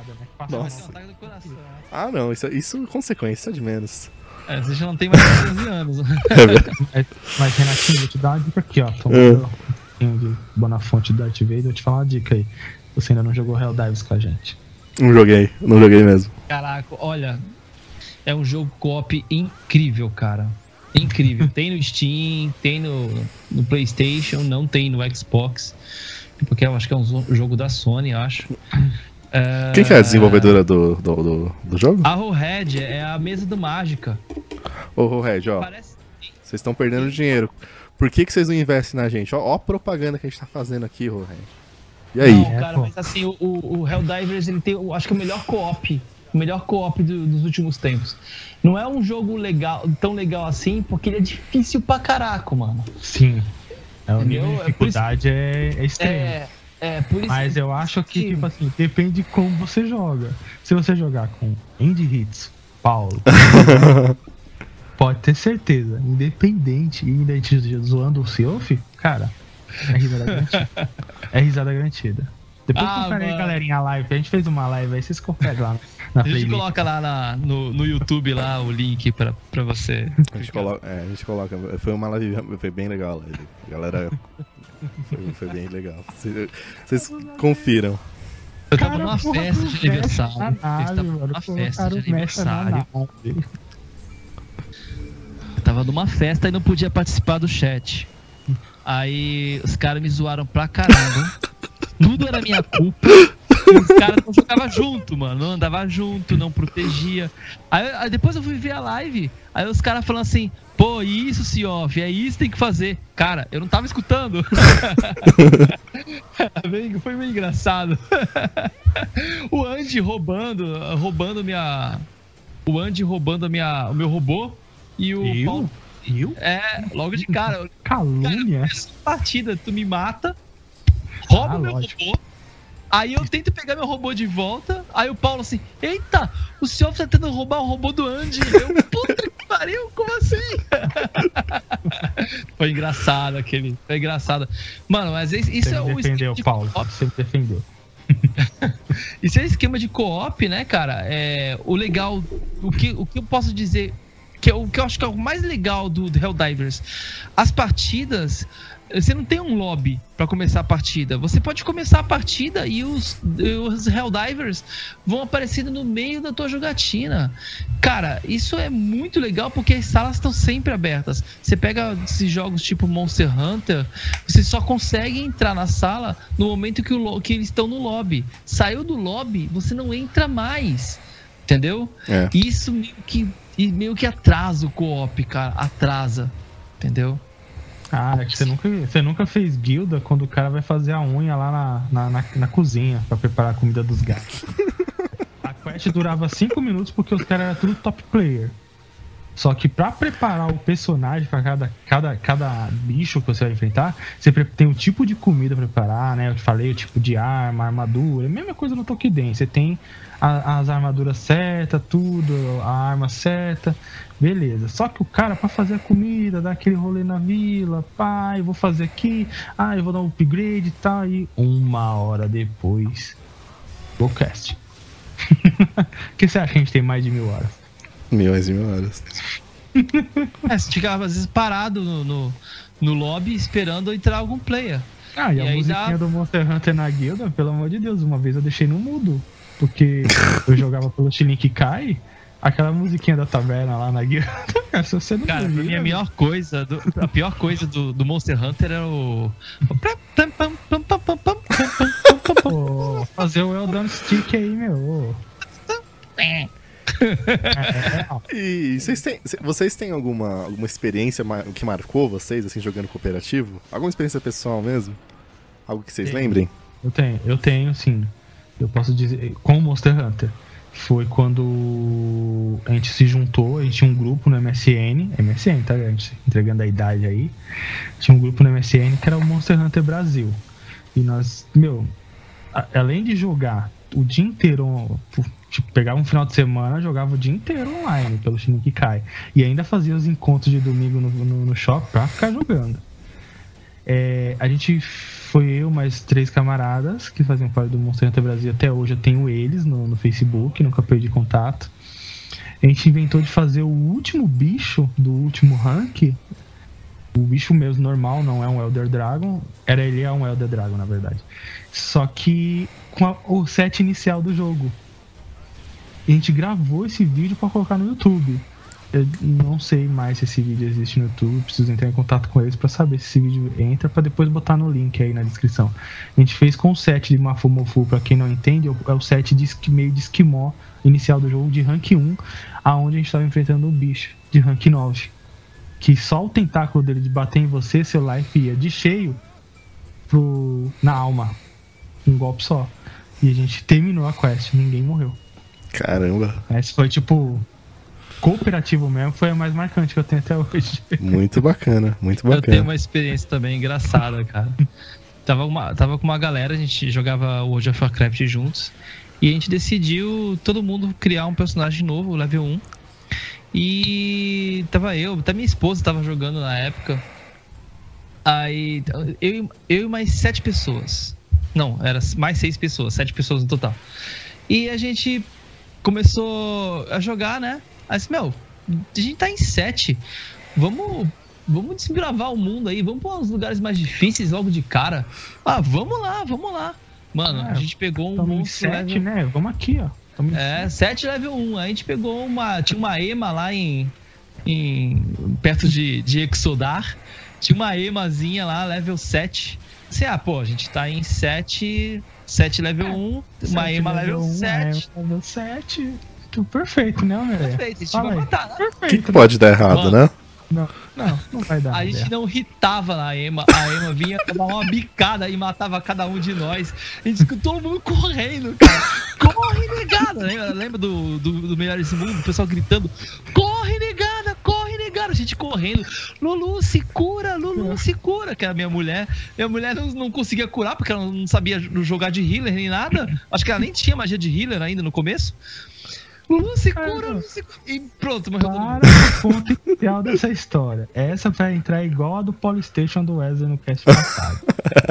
Nossa. Um ataque do coração. Ah, não, isso, isso consequência de menos. É, você já não tem mais de quinze anos. Mas, mas, Renatinho, vou te dar uma dica aqui, ó. Tomando um pouquinho de Bonafonte do Darth Vader, vou te falar uma dica aí. Você ainda não jogou Helldivers com a gente. Não joguei, não joguei mesmo. Caraca, olha, é um jogo co-op incrível, cara. Incrível. Tem no Steam, tem no, no PlayStation, não tem no Xbox. Porque eu acho que é um jogo da Sony, eu acho. É... Quem que é a desenvolvedora do, do, do, do jogo? A Arrowhead é a mesa do Mágica. Ô, oh, Red, ó. Parece... Vocês estão perdendo dinheiro. Por que, que vocês não investem na gente? Ó, ó a propaganda que a gente tá fazendo aqui, Red. E aí? Não, cara, mas assim, o, o Helldivers, ele tem, eu acho que é o melhor co-op. O melhor co-op do, dos últimos tempos. Não é um jogo legal, tão legal assim, porque ele é difícil pra caraca, mano. Sim. É, o nível de Entendeu? dificuldade é, é extremo. É, é, por isso. Mas eu acho que, Sim. tipo assim, depende de como você joga. Se você jogar com Andy Hits, Paulo, pode ter certeza, independente, e ainda te zoando o Seof, cara, é risada garantida. É risada garantida. Depois Ah, confere aí, mano. galerinha, a live. A gente fez uma live aí, vocês conferem lá na A gente playlist. coloca lá na- no, no YouTube lá o link pra, pra você. A gente coloca, é, a gente coloca. Foi uma live, foi bem legal a live. A galera. Foi, foi bem legal. Vocês, vocês confiram. Eu tava Cara, numa porra, festa com de o Messi aniversário. na Eu nave, estava mano. numa Colocaram festa de o Messi na aniversário. nave. Eu tava numa festa e não podia participar do chat. Aí os caras me zoaram pra caramba. Tudo era minha culpa. E os caras não jogavam junto, mano. Não andava junto, não protegia. Aí, aí depois eu fui ver a live. Aí os caras falando assim: pô, isso, Seof, é isso que tem que fazer. Cara, eu não tava escutando. Bem- Foi meio engraçado. O Andy roubando, roubando minha. O Andy roubando a minha, o meu robô. E o Eu? Paulo. Eu? É, logo de cara. Calúnia. Essa partida, tu me mata, rouba Ah, meu lógico. robô. Aí eu tento pegar meu robô de volta. Aí o Paulo assim: eita, o senhor tá tentando roubar o robô do Andy. Eu, puta que pariu, como assim? Foi engraçado aquele. Foi engraçado. Mano, mas isso, isso Você é me o defendeu, esquema de Paulo. co-op. Você me defendeu. Isso é esquema de co-op, né, cara? É, o legal. O que, o que eu posso dizer. Que é o que eu acho que é o mais legal do, do Helldivers. As partidas. Você não tem um lobby pra começar a partida. Você pode começar a partida e os, os Helldivers vão aparecendo no meio da tua jogatina. Cara, isso é muito legal porque as salas estão sempre abertas. Você pega esses jogos tipo Monster Hunter, você só consegue entrar na sala no momento que, o, lo- que eles estão no lobby. Saiu do lobby, você não entra mais. Entendeu? É. Isso meio que, e meio que atrasa o co-op, cara. Atrasa. Entendeu? Ah, é que você nunca, você nunca fez guilda quando o cara vai fazer a unha lá na, na, na, na cozinha pra preparar a comida dos gatos. A quest durava cinco minutos porque os caras eram tudo top player. Só que pra preparar o personagem pra cada, cada, cada bicho que você vai enfrentar, você pre- tem um tipo de comida pra preparar, né? Eu te falei o tipo de arma, armadura, é a mesma coisa no Tokiden. Você tem a- as armaduras certas, tudo, a arma certa, beleza. Só que o cara, pra fazer a comida, dar aquele rolê na vila, pá, eu vou fazer aqui, ah, eu vou dar um upgrade e tal, e uma hora depois, o cast. O que você acha que a gente tem mais de mil horas? Milhões e mil horas. É, você ficava às vezes parado no, no, no lobby esperando entrar algum player. Ah, e, E a aí musiquinha dá- do Monster Hunter na guilda, pelo amor de Deus, uma vez eu deixei no mudo. Porque eu jogava pelo Shilink Kai, aquela musiquinha da taverna lá na guilda. Cara, se você não Cara, pra ouvir, mim a melhor coisa, do- a pior coisa do, do Monster Hunter era o. pô, fazer o Eldon Stick aí, meu. É, é, é, E vocês têm, cê- vocês têm alguma, alguma experiência ma- que marcou vocês, assim, jogando cooperativo? Alguma experiência pessoal mesmo? Algo que vocês Tenho. lembrem? eu tenho, eu tenho, sim. Eu posso dizer, com o Monster Hunter. Foi quando a gente se juntou, a gente tinha um grupo no M S N, M S N, tá? A gente entregando a idade aí. Tinha um grupo no M S N que era o Monster Hunter Brasil. E nós, meu, a- além de jogar o dia inteiro, tipo, pegava um final de semana, jogava o dia inteiro online pelo Shinikikai. E ainda fazia os encontros de domingo no, no, no shopping pra ficar jogando. É, a gente foi eu mais três camaradas que faziam parte do Monster Hunter Brasil. Até hoje eu tenho eles no, no Facebook, nunca perdi contato. A gente inventou de fazer o último bicho do último rank. O bicho mesmo normal, não é um Elder Dragon. Era ele é um Elder Dragon, na verdade. Só que com a, o set inicial do jogo. E a gente gravou esse vídeo pra colocar no YouTube. Eu não sei mais se esse vídeo existe no YouTube. Preciso entrar em contato com eles pra saber se esse vídeo entra, pra depois botar no link aí na descrição. A gente fez com o set de Mafumofu, pra quem não entende, é o set de meio de esquimó inicial do jogo de rank um, aonde a gente tava enfrentando um bicho de rank nove. Que só o tentáculo dele de bater em você, seu life ia de cheio pro, na alma. Um golpe só. E a gente terminou a quest, ninguém morreu. Caramba. Esse foi tipo... cooperativo mesmo, foi a mais marcante que eu tenho até hoje. Muito bacana, muito bacana. Eu tenho uma experiência também engraçada, cara. Tava, uma, tava com uma galera, a gente jogava World of Warcraft juntos. E a gente decidiu, todo mundo, criar um personagem novo, level um. E tava eu, até minha esposa tava jogando na época. Aí eu, eu e mais sete pessoas. Não, era mais seis pessoas, sete pessoas no total. E a gente começou a jogar, né? Aí disse, meu, a gente tá em sete. Vamos, vamos desbravar o mundo aí. Vamos para os lugares mais difíceis logo de cara. Ah, vamos lá, vamos lá. Mano, É, a gente pegou um monstro sete, level... né? Vamos aqui, ó. Tamo em É, sete level um. A gente pegou uma... Tinha uma ema lá em... em perto de, de Exodar. Tinha uma emazinha lá, level sete. Você, ah, pô, a gente tá em sete... sete level um. Uma sete ema level um, sete. é, level sete. Tudo perfeito, né, André? Perfeito, a gente Fala vai aí. matar, né? O que, Perfeito. que pode dar errado, Mano. né? Não, não, não vai dar. A gente André. não hitava na ema, a ema vinha dar uma bicada e matava cada um de nós. A gente escutou todo mundo correndo, cara. Corre, negada! Lembra, lembra do, do, do Melhor desse Mundo? O pessoal gritando: corre, negada, corre, negada! A gente correndo: Lulu, se cura, Lulu, se cura! Que era a minha mulher. Minha mulher não, não conseguia curar porque ela não sabia jogar de healer nem nada. Acho que ela nem tinha magia de healer ainda no começo. Lulu, se cura, Lulu, se cura. E pronto, morreu todo mundo. Para o ponto inicial dessa história. Essa vai entrar igual a do Polystation do Wesley no cast passado.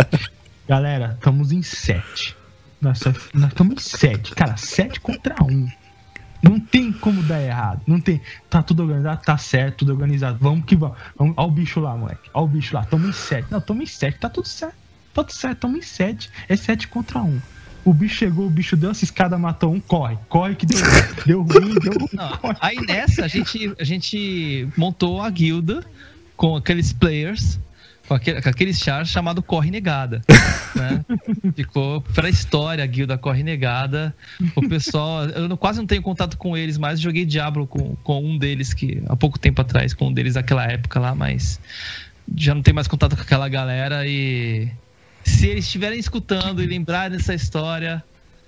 Galera, estamos em sete. Nós estamos em sete. Cara, sete contra um. Não tem como dar errado. Não tem. Tá tudo organizado, tá certo, tudo organizado. Vamos que vamos. vamos. Olha o bicho lá, moleque. Olha o bicho lá. Tamo em sete. Não, tamo em sete. Tá tudo certo. Tá tudo certo. Tamo em sete. É sete contra um. O bicho chegou, o bicho deu essa escada, matou um, corre. Corre que deu, deu ruim, deu ruim. Não, corre. aí nessa a gente, a gente montou a guilda com aqueles players, com, aquele, com aqueles chars chamado Corre Negada, né? Ficou pra história a guilda Corre Negada. O pessoal, eu não- quase não tenho contato com eles, mas joguei Diablo com, com um deles que há pouco tempo atrás, com um deles naquela época lá, mas já não tenho mais contato com aquela galera e se eles estiverem escutando e lembrarem dessa história,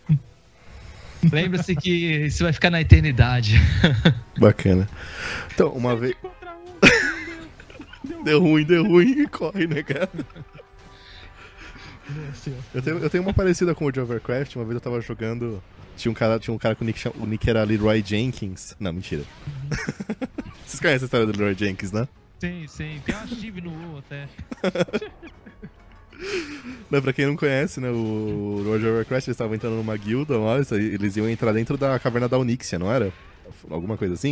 lembre-se que isso vai ficar na eternidade. Bacana. Então, uma vez. Contra um, Deu ruim, deu ruim, corre, né, cara? deu assim, ó. Eu tenho, eu tenho uma parecida com o World of Warcraft. Uma vez eu tava jogando. Tinha um cara, tinha um cara com o nick, cham- o nick era Leroy Jenkins. Não, mentira. Vocês conhecem a história do Leroy Jenkins, né? Sim, sim. Tem uma chive no WoW até. Não, pra quem não conhece, né, o World of Warcraft, eles estavam entrando numa guilda, ó, eles- eles iam entrar dentro da caverna da Onyxia, não era? Alguma coisa assim?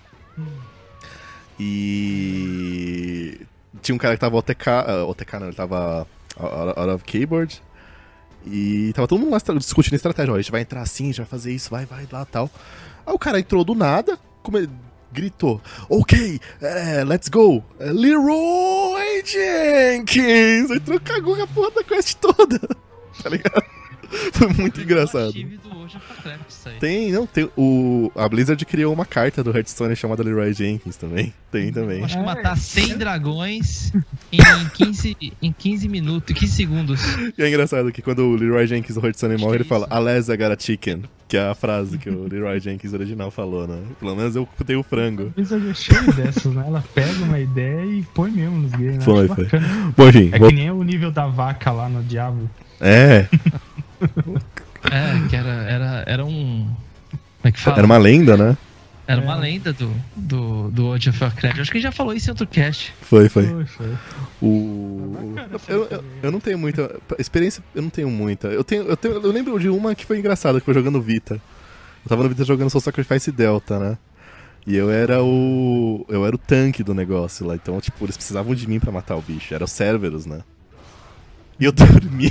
E tinha um cara que tava O T K, uh, O T K não, ele tava out out of keyboard. E tava todo mundo lá estra- discutindo estratégia, ó, a gente vai entrar assim, a gente vai fazer isso, vai, vai, lá, tal. Aí o cara entrou do nada, come- gritou, ok, é, let's go, é, Leroy Jenkins! Entrou, cagou a porra da quest toda, tá ligado? Foi muito engraçado. Uma chive do World of Warcraft, isso aí. Tem, não, tem, o, a Blizzard criou uma carta do Hearthstone chamada Leroy Jenkins também, tem também. Acho que É. matar cem dragões em quinze, em quinze minutos, quinze segundos. E é engraçado que quando o Leroy Jenkins do Hearthstone morre, que ele é fala, isso? Alas, I got a chicken, que é a frase que o Leroy Jenkins original falou, né? Pelo menos eu tenho o frango. Isso é cheio dessas, né? Ela pega uma ideia e põe mesmo nos games. né? Foi, Acho foi. bacana. Bom, gente, É vou... que nem o nível da vaca lá no Diablo. é, É, que era, era, era um... Como é que fala? era uma lenda, né? Era uma lenda do, do, do World of Warcraft. Acho que a gente já falou isso em outro cast. Foi, foi. Foi, foi. O... Eu, eu, eu não tenho muita... Experiência, eu não tenho muita. Eu, tenho, eu, tenho, eu lembro de uma que foi engraçada, que foi jogando Vita. Eu tava no Vita jogando Soul Sacrifice Delta, né? E eu era o... Eu era o tanque do negócio lá. Então, tipo, eles precisavam de mim pra matar o bicho. Era o Cerberus, né? E eu dormi.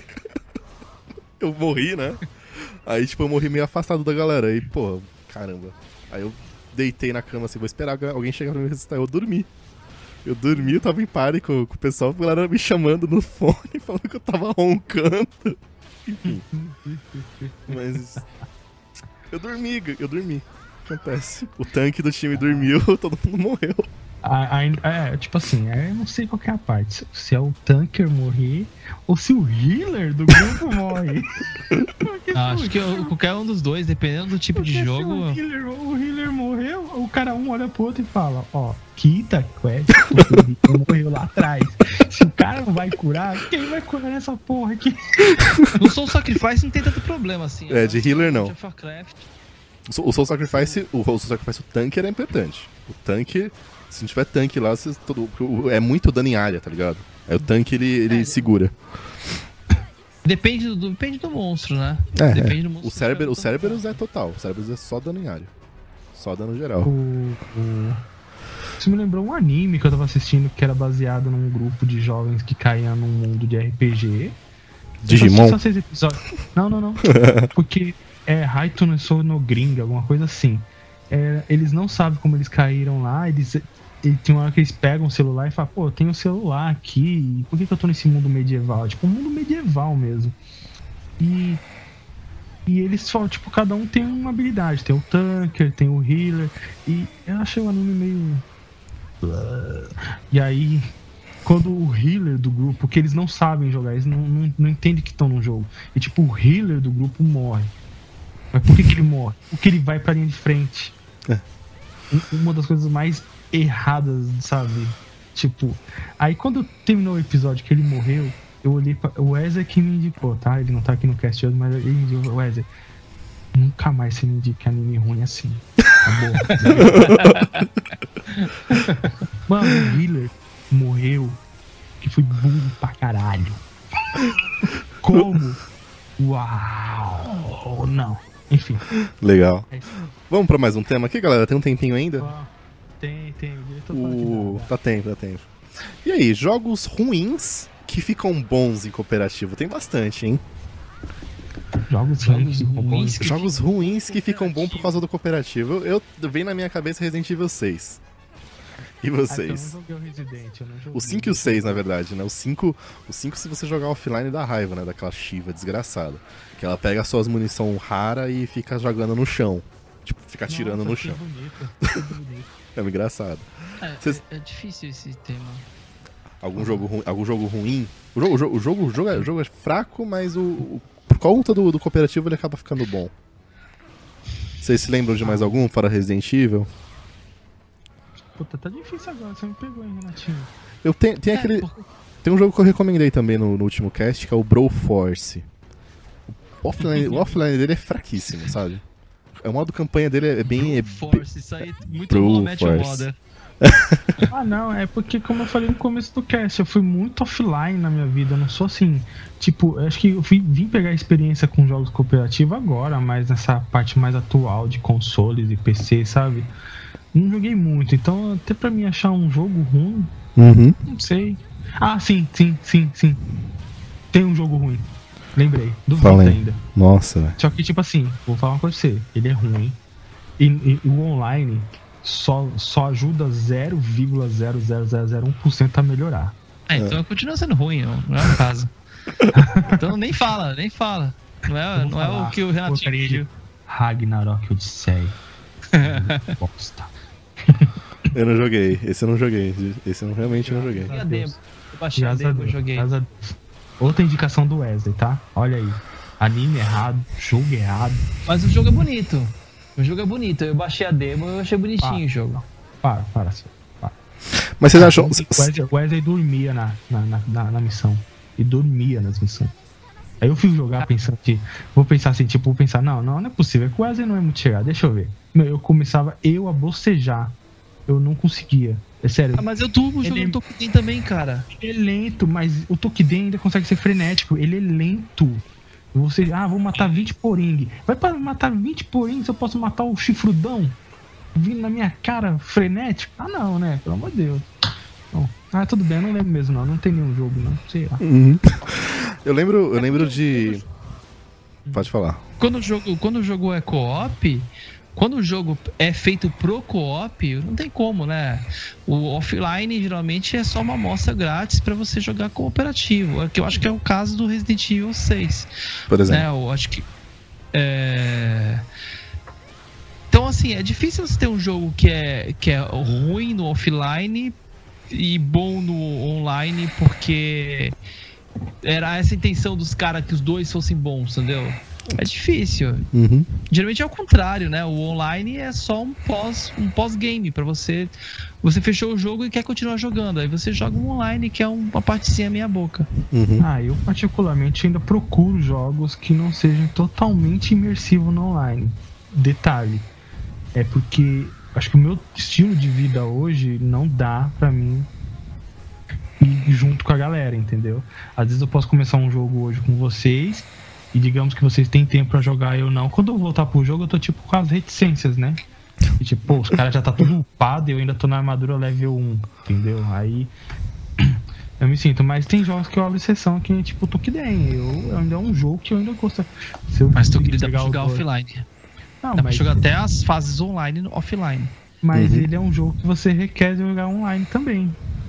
Eu morri, né? Aí, tipo, eu morri meio afastado da galera. Aí, pô, caramba. Aí eu deitei na cama assim, vou esperar alguém chegar pra me ressuscitar. Eu dormi. Eu dormi, eu tava em pare com, com o pessoal, a galera me chamando no fone, falando que eu tava roncando. Enfim. Mas... Eu dormi, eu dormi. Acontece. O tanque do time dormiu, todo mundo morreu. A, a, é, tipo assim, eu não sei qual que é a parte. Se, se é o tanker morrer ou se o healer do grupo morre. Ah, acho que eu, qualquer um dos dois, dependendo do tipo Porque de se jogo. O healer, o healer morreu, o cara um olha pro outro e fala: Ó, quita quest, porque o healer morreu lá atrás. Se o cara não vai curar, quem vai curar nessa porra aqui? No Soul Sacrifice não tem tanto problema assim. É, de healer não. World of Warcraft. O Soul Sacrifice, o Soul Sacrifice, o tanque era importante. O tanque, se não tiver tanque lá, você, todo, é muito dano em área, tá ligado? Aí o tanque ele, ele é, segura. Depende do, depende do monstro, né? É, depende é. do monstro. O Cerberus, o Cerberus é total. O Cerberus é só dano em área. Só dano geral. O, o... Isso me lembrou um anime que eu tava assistindo que era baseado num grupo de jovens que caíam num mundo de R P G. Digimon? Só seis episódios. Não, não, não. Porque é Haito Sou no Gring, alguma coisa assim. É, eles não sabem como eles caíram lá. Eles, eles tem uma hora que eles pegam o celular e falam: pô, eu tenho um celular aqui. Por que, que eu tô nesse mundo medieval? Tipo, um mundo medieval mesmo. E. E eles só, tipo, cada um tem uma habilidade. Tem o tanker, tem o healer. E eu achei o anime meio. E aí, quando o healer do grupo, que eles não sabem jogar, eles não, não, não entendem que estão no jogo. E tipo, o healer do grupo morre. Mas por que, que ele morre? Porque ele vai pra linha de frente. É. Uma das coisas mais erradas, sabe? Tipo, aí quando terminou o episódio que ele morreu, eu olhei pra... O Wesley que me indicou, tá? Ele não tá aqui no cast hoje, mas ele me indicou: Wesley, nunca mais você me indica anime ruim assim. Acabou. Mano, o healer morreu, que foi burro pra caralho. Como? Uau! Não. Enfim. Legal. É isso. Vamos pra mais um tema aqui, galera? Tem um tempinho ainda? Oh, tem, tem. O diretor o... Tá tempo, tá tempo. E aí, jogos ruins que ficam bons em cooperativo? Tem bastante, hein? Jogos, Jogos ruins, ruins que Jogos ruins que ficam bons por causa do cooperativo. Eu, eu vem na minha cabeça Resident Evil seis. E vocês? Ah, eu não joguei o Resident, eu não joguei. O cinco e o seis, na verdade, né? O cinco, o cinco se você jogar offline dá raiva, né? Daquela Shiva desgraçada. Que ela pega as suas munição rara e fica jogando no chão. Tipo, fica atirando Nossa, no que chão. bonito, que bonito. É engraçado. É, Cês... é, é difícil esse tema. Algum jogo, ru... Algum jogo ruim? O jogo, o jogo, o jogo, o jogo, é, o jogo é fraco, mas o, o... por conta do, do cooperativo ele acaba ficando bom. Vocês se lembram de mais algum fora Resident Evil? Puta, tá difícil agora, você me pegou, hein, Renatinho? Eu tenho, tem É, aquele. por- Tem um jogo que eu recomendei também no, no último cast, que é o Broforce. O offline, o offline dele é fraquíssimo, sabe? O modo campanha dele é bem. É Force, isso aí é muito Pro bom, Match Force. Modder. Ah, não, é porque, como eu falei no começo do cast, eu fui muito offline na minha vida. Eu não sou assim. Tipo, eu acho que eu fui, vim pegar experiência com jogos cooperativos agora, mas nessa parte mais atual de consoles e P C, sabe? Não joguei muito, então até pra mim achar um jogo ruim, Uhum. não sei. Ah, sim, sim, sim, sim. Tem um jogo ruim. Lembrei, do Vita Fala aí. ainda. Nossa, velho. Só que, tipo assim, vou falar uma coisa pra você, ele é ruim. E, e o online só, só ajuda zero vírgula zero zero zero zero um por cento a melhorar. É, então continua sendo ruim, não, não é o caso. Então nem fala, nem fala. Não é, Eu vou não é falar, o que o Renato porcaria de pediu. Ragnarok Odyssey. Bosta. Eu não joguei. Esse eu não joguei. Esse eu realmente não joguei. E a demo? Eu baixei a Graças a demo, eu Deus, joguei. graças a Deus. Outra indicação do Wesley, tá? Olha aí. Anime errado, jogo errado. Mas o jogo é bonito. O jogo é bonito. Eu baixei a demo e eu achei bonitinho Ah. o jogo. Para, para, senhor. Para. Mas vocês acham. O Wesley, o Wesley dormia na, na, na, na, na missão. E dormia nas missões. Aí eu fui jogar pensando que, vou pensar assim, tipo, vou pensar, não, não, não é possível, é que o Wesley não é muito chegado, deixa eu ver. Meu, eu começava eu a bocejar, eu não conseguia, é sério. Ah, mas eu turbo Ele- jogando Tokiden também, cara. Ele é lento, mas o Tokiden ainda consegue ser frenético, ele é lento. Você, ah, vou matar vinte poring. Vai pra matar vinte poring se eu posso matar o chifrudão vindo na minha cara frenético? Ah, não, né? Pelo amor de Deus. Bom, ah, tudo bem, eu não lembro mesmo, não. Não tem nenhum jogo, não. Sei lá. Uhum. Eu lembro, eu lembro de. Pode falar. Quando o jogo, quando o jogo é co-op, quando o jogo é feito pro co-op, não tem como, né? O offline geralmente é só uma amostra grátis pra você jogar cooperativo. É que eu acho que é o caso do Resident Evil seis. Por exemplo. Né? Eu acho que é... Então, assim, é difícil você ter um jogo que é, que é ruim no offline e bom no online, porque era essa a intenção dos caras que os dois fossem bons, entendeu? É difícil. Uhum. Geralmente é o contrário, né? O online é só um pós, um pós-game para você. Você fechou o jogo e quer continuar jogando. Aí você joga um online que é uma partezinha meia boca. Uhum. Ah, eu particularmente ainda procuro jogos que não sejam totalmente imersivos no online. Detalhe, é porque acho que o meu estilo de vida hoje não dá pra mim ir junto com a galera, entendeu? Às vezes eu posso começar um jogo hoje com vocês e digamos que vocês têm tempo pra jogar e eu não. Quando eu voltar pro jogo eu tô tipo com as reticências, né? E tipo, pô, os caras já tá tudo upado e eu ainda tô na armadura level um, entendeu? Aí eu me sinto, mas tem jogos que eu abro exceção que é tipo Tokiden. Eu ainda é um jogo que eu ainda gosto. Se eu Mas tu conseguir dá pra pegar o jogar dois- offline. Não, Dá pra mas, jogar até as fases online no offline. mas Uhum. ele é um jogo que você requer jogar online também.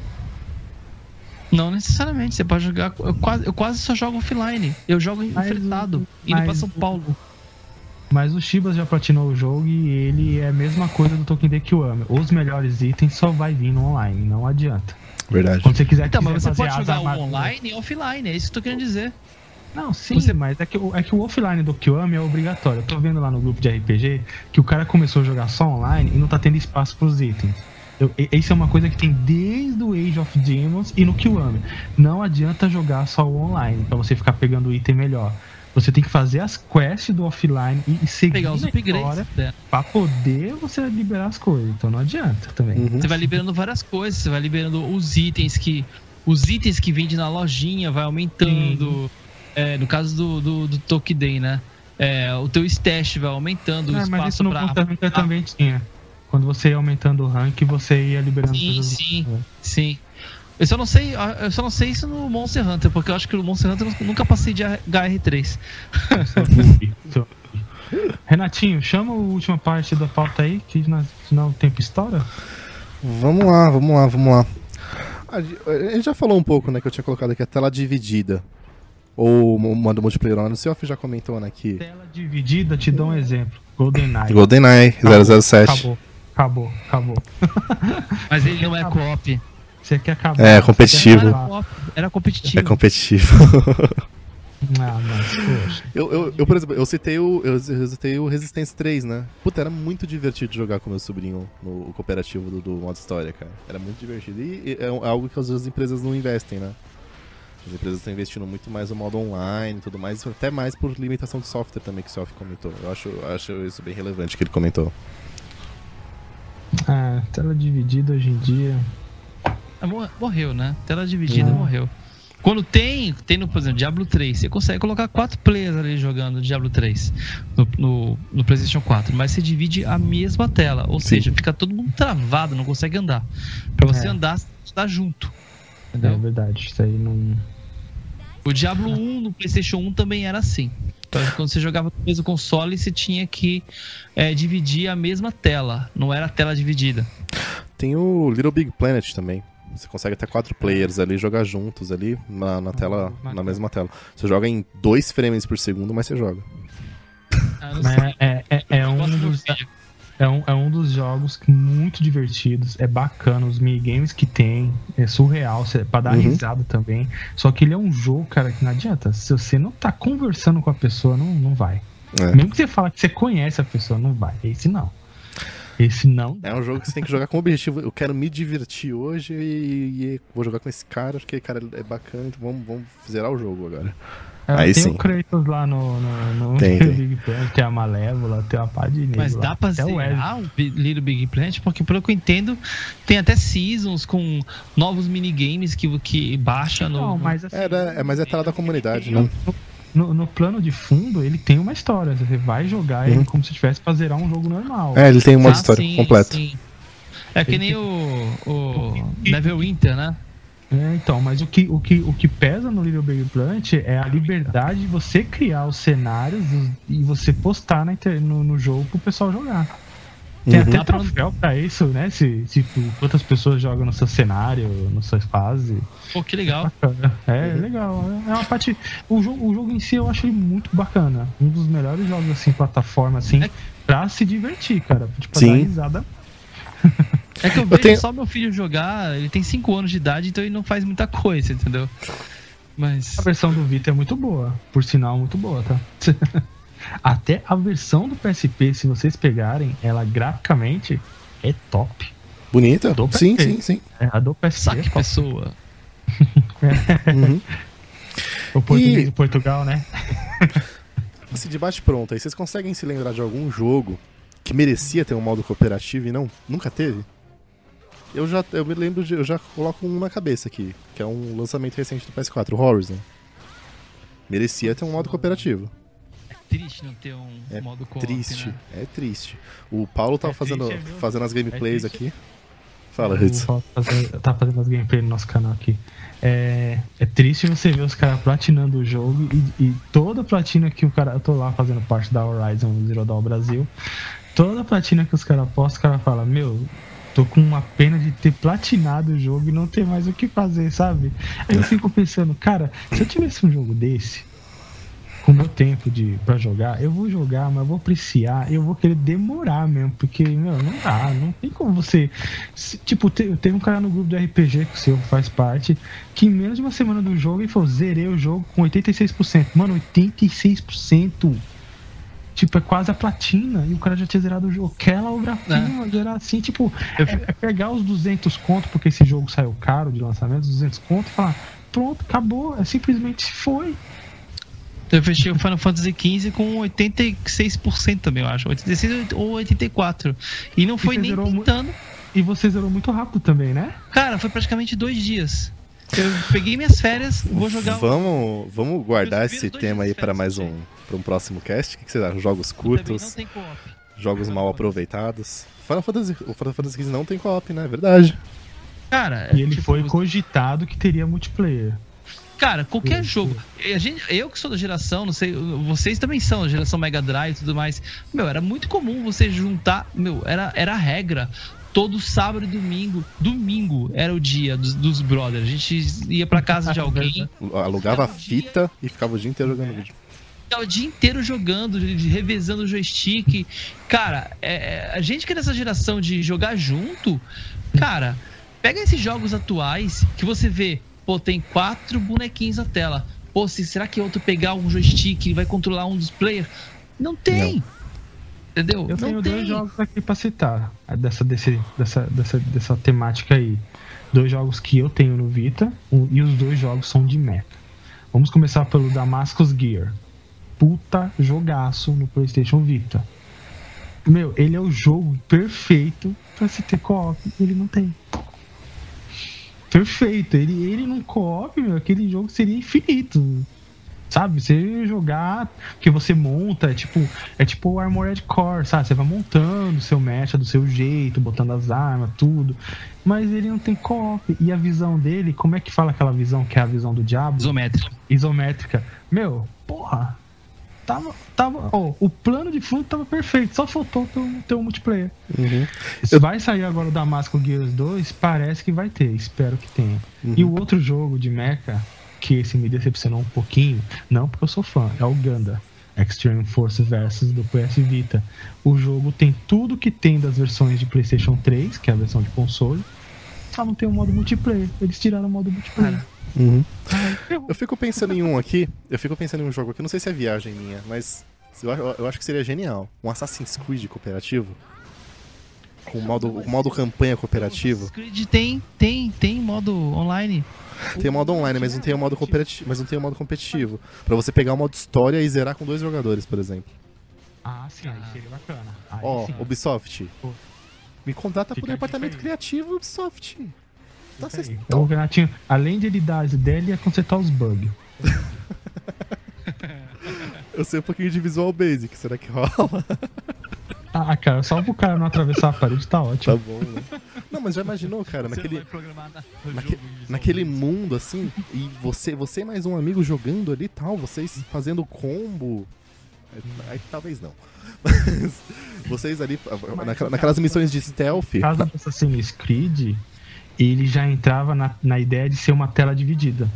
Não necessariamente, você pode jogar. Eu quase, eu quase só jogo offline. Eu jogo Mas enfrentado, o- indo pra mas São o- Paulo. Mas o Shibas já platinou o jogo e ele é a mesma coisa do Tokiden Kiwami. Os melhores itens só vai vir no online, não adianta. Verdade. Quando você quiser, Então, quiser mas você fazer pode as jogar o armaduras- online e offline, é isso que eu tô querendo dizer. Não, sim, Você- mas é que, o- é que o offline do Kiwami é obrigatório. Eu tô vendo lá no grupo de R P G que o cara começou a jogar só online e não tá tendo espaço pros itens. Eu, e- isso é uma coisa que tem desde o Age of Demons e no Kiwami. Não adianta jogar só o online pra você ficar pegando o item melhor. Você tem que fazer as quests do offline e, e seguir Pegar os na upgrades. história né? pra poder você liberar as coisas. Então não adianta também. Uhum. Você vai liberando várias coisas, você vai liberando os itens que. Os itens que vende na lojinha vai aumentando. É, no caso do, do, do Tokiden, né? É, o teu stash vai aumentando, o É, espaço mas isso no pra. Monster Hunter também tinha. Quando você ia aumentando o rank, você ia liberando Sim, coisas. sim, sim. Eu só não sei, eu só não sei isso no Monster Hunter, porque eu acho que no Monster Hunter eu nunca passei de H R três. Renatinho, chama a última parte da pauta aí, que nós, senão o tempo estoura. Vamos lá, vamos lá, vamos lá. A ge- a gente já falou um pouco, né, que eu tinha colocado aqui a tela dividida. Ou o modo multiplayer online. O Seoff já comentou, né, que... Tela dividida, te dou um exemplo. GoldenEye. GoldenEye zero zero sete. Acabou, acabou, acabou. Mas ele não é co-op. Você quer acabar. É, você competitivo. quer Era acabar. co-op, era competitivo. É competitivo. Ah, mas, poxa. eu, eu, eu, por exemplo, eu citei o, eu, eu citei o Resistance três, né? Puta, era muito divertido jogar com meu sobrinho no cooperativo do, do modo história, cara. Era muito divertido. E, e é algo que as empresas não investem, né? As empresas estão investindo muito mais no modo online e tudo mais, até mais por limitação de software também, que o Seoff comentou. Eu acho, eu acho isso bem relevante que ele comentou. Ah, tela dividida hoje em dia. Ah, mor- Morreu, né? Tela dividida, Não. morreu. Quando tem, tem no, por exemplo, Diablo três, você consegue colocar quatro players ali jogando Diablo três no, no, no PlayStation quatro, mas você divide a mesma tela, ou Sim. seja, fica todo mundo travado, não consegue andar. Pra você É. andar, você tá junto. É Entendeu? verdade, isso aí não. O Diablo um no PlayStation um também era assim. Então, quando você jogava no mesmo console, você tinha que é, dividir a mesma tela, não era a tela dividida. Tem o Little Big Planet também. Você consegue até quatro players ali jogar juntos ali na, na tela, na mesma tela. Você joga em dois frames por segundo, mas você joga. Ah, não Mas sei. é, é, é, Eu um gosto do dos, vídeo. é, um, é um dos jogos muito divertidos, é bacana, os minigames que tem, é surreal, cê- pra dar Uhum. risada também. Só que ele é um jogo, cara, que não adianta. Se você não tá conversando com a pessoa, não, não vai. É. Mesmo que você fala que você conhece a pessoa, não vai. Esse não. Esse não. É um jogo que você tem que jogar com objetivo. Eu quero me divertir hoje e, e vou jogar com esse cara, porque cara é bacana, então vamos, vamos zerar o jogo agora. Ela Aí tem sim. o Kratos lá no, no, no Tem, tem. Big Planet, tem a Malévola, tem uma pá de nego Mas lá. dá pra Até o Wesley. zerar o Bi- Little Big Planet? Porque pelo que eu entendo, tem até seasons com novos minigames que, que baixa no... Não, mas assim, É, da- é mais é tela da comunidade, né? no, no plano de fundo, ele tem uma história. Você vai jogar ele Uhum. como se tivesse pra zerar um jogo normal. É, ele tem uma Ah, história sim, completa. sim. É que nem o, o Neverwinter, né? É, então, mas o que, o, que, o que pesa no Little Big Planet é a liberdade de você criar os cenários e você postar na inter- no, no jogo pro pessoal jogar. Tem Uhum. até troféu pra isso, né? Se, se tu- quantas pessoas jogam no seu cenário, na sua fase. Pô, que legal. É, Uhum. legal. É uma parte. O jogo, o jogo em si eu acho ele muito bacana. Um dos melhores jogos assim, plataforma, assim, É- pra se divertir, cara. Tipo, pra Sim. dar risada. É que eu vejo tenho- só meu filho jogar, ele tem cinco anos de idade, então ele não faz muita coisa, entendeu? Mas... A versão do Vita é muito boa. Por sinal, muito boa, tá? Até a versão do P S P, se vocês pegarem, ela graficamente é top. Bonita? Do Sim, P C. sim, sim. É, a do P S P é Saque top. pessoa. Uhum. O português E- de Portugal, né? Esse debate pronto, aí vocês conseguem se lembrar de algum jogo que merecia ter um modo cooperativo e não? Nunca teve? Eu já eu me lembro de. Eu já coloco um na cabeça aqui, que é um lançamento recente do P S quatro, o Horizon. Merecia ter um modo cooperativo. Triste não ter um É modo co-op, Triste, né? é triste. O Paulo tava É fazendo, triste, é mesmo. fazendo as gameplays É triste. aqui. Fala, Eu Ritz. vou fazer- tá fazendo as gameplays no nosso canal aqui. É, é triste você ver os caras platinando o jogo e, e toda platina que o cara. Eu tô lá fazendo parte da Horizon Zero Dawn Brasil. Toda platina que os caras postam, o cara fala: Meu, tô com uma pena de ter platinado o jogo e não ter mais o que fazer, sabe? Aí eu fico pensando, cara, se eu tivesse um jogo desse, com o meu tempo de, pra jogar, eu vou jogar, mas eu vou apreciar, eu vou querer demorar mesmo, porque, meu, não dá, não tem como você. se- tipo, te, teve um cara no grupo de R P G que o seu faz parte, que em menos de uma semana do jogo ele falou: zerei o jogo com oitenta e seis por cento. Mano, oitenta e seis por cento. Tipo, é quase a platina e o cara já tinha zerado o jogo. Aquela obra-prima, zerar assim, tipo, é, é pegar os duzentos conto, porque esse jogo saiu caro de lançamento, os duzentos conto, e falar: pronto, acabou, é simplesmente foi. Eu fechei o Final Fantasy quinze com oitenta e seis por cento também, eu acho. oitenta e seis ou oitenta e quatro. E não foi você nem zerou mu- tentando. E você zerou muito rápido também, né? Cara, foi praticamente dois dias. Eu peguei minhas férias, vou jogar o Vamos, vamos guardar Meus esse primeiros dois tema aí dias de para férias, mais um, para um próximo cast. O que que vocês acham? Jogos também, não curtos, tem co-op. jogos mal aproveitados. Final Fantasy, o Final Fantasy quinze não tem co-op, né? Verdade. Cara, E ele tipo, foi cogitado que teria multiplayer. Cara, qualquer Sim, jogo. A gente, eu que sou da geração, não sei, vocês também são, da geração Mega Drive e tudo mais. Meu, era muito comum você juntar. Meu, era, era a regra. Todo sábado e domingo. Domingo era o dia dos, dos brothers. A gente ia pra casa de alguém. Alugava a Ficava o dia- fita e ficava o dia inteiro jogando vídeo. Ficava o dia inteiro jogando, revezando o joystick. Cara, é, a gente que é dessa geração de jogar junto, cara, pega esses jogos atuais que você vê, pô, tem quatro bonequinhos na tela. Pô, se, será que outro pegar um joystick e vai controlar um dos players? Não tem. Entendeu? Eu Não tenho tem. dois jogos aqui pra citar dessa, desse, dessa, dessa, dessa temática aí. Dois jogos que eu tenho no Vita um- e os dois jogos são de mecha. Vamos começar pelo Damascus Gear. Puta jogaço no PlayStation Vita. Meu, ele é o jogo perfeito pra se ter co-op. Ele não tem. Perfeito. Ele, ele num co-op, meu, aquele jogo seria infinito. Sabe? Você jogar, que você monta, é tipo, é tipo o Armored Core, sabe? Você vai montando o seu mecha do seu jeito, botando as armas, tudo. Mas ele não tem co-op. E a visão dele, como é que fala aquela visão que é a visão do diabo? Isométrico. Isométrica. Meu, porra. Tava, tava, ó, o plano de fundo tava perfeito, só faltou ter um, ter um multiplayer. Uhum. Se vai sair agora o Damascus Gears dois, parece que vai ter, espero que tenha. Uhum. E o outro jogo de mecha, que esse me decepcionou um pouquinho, não porque eu sou fã, é o Ganda Extreme Force Versus do P S Vita. O jogo tem tudo que tem das versões de PlayStation três, que é a versão de console, só não tem o modo multiplayer. Eles tiraram o modo multiplayer. Cara, Uhum. Ai, ferrou. Eu fico pensando em um aqui, eu fico pensando em um jogo aqui, não sei se é viagem minha, mas eu, acho- eu acho que seria genial. Um Assassin's Creed cooperativo. com o modo, o modo campanha cooperativo. Assassin's Creed tem, tem, tem modo online. Tem o modo online, mas não tem o modo cooperativo, mas não tem o modo competitivo. Pra você pegar o modo história e zerar com dois jogadores, por exemplo. Ah, sim, aí seria bacana. Aí Ó, sim. Ubisoft. Pô. Me contrata por Fica a departamento dica aí. criativo, Ubisoft. Tá, Isso aí. cês- O Renatinho, além de ele dar as ideias, ele ia consertar os bugs. Eu sei um pouquinho de Visual Basic, será que rola? Ah, cara, só pro cara não atravessar a parede tá Tá ótimo. bom, né? Não, mas já imaginou, cara, naquele, programar na, naque- naquele mundo assim, e você, você e mais um amigo jogando ali e tal, vocês fazendo combo. Aí talvez não. Mas vocês ali, naquela- naquelas missões de stealth. No caso do Assassin's Creed, ele já entrava na, na ideia de ser uma tela dividida.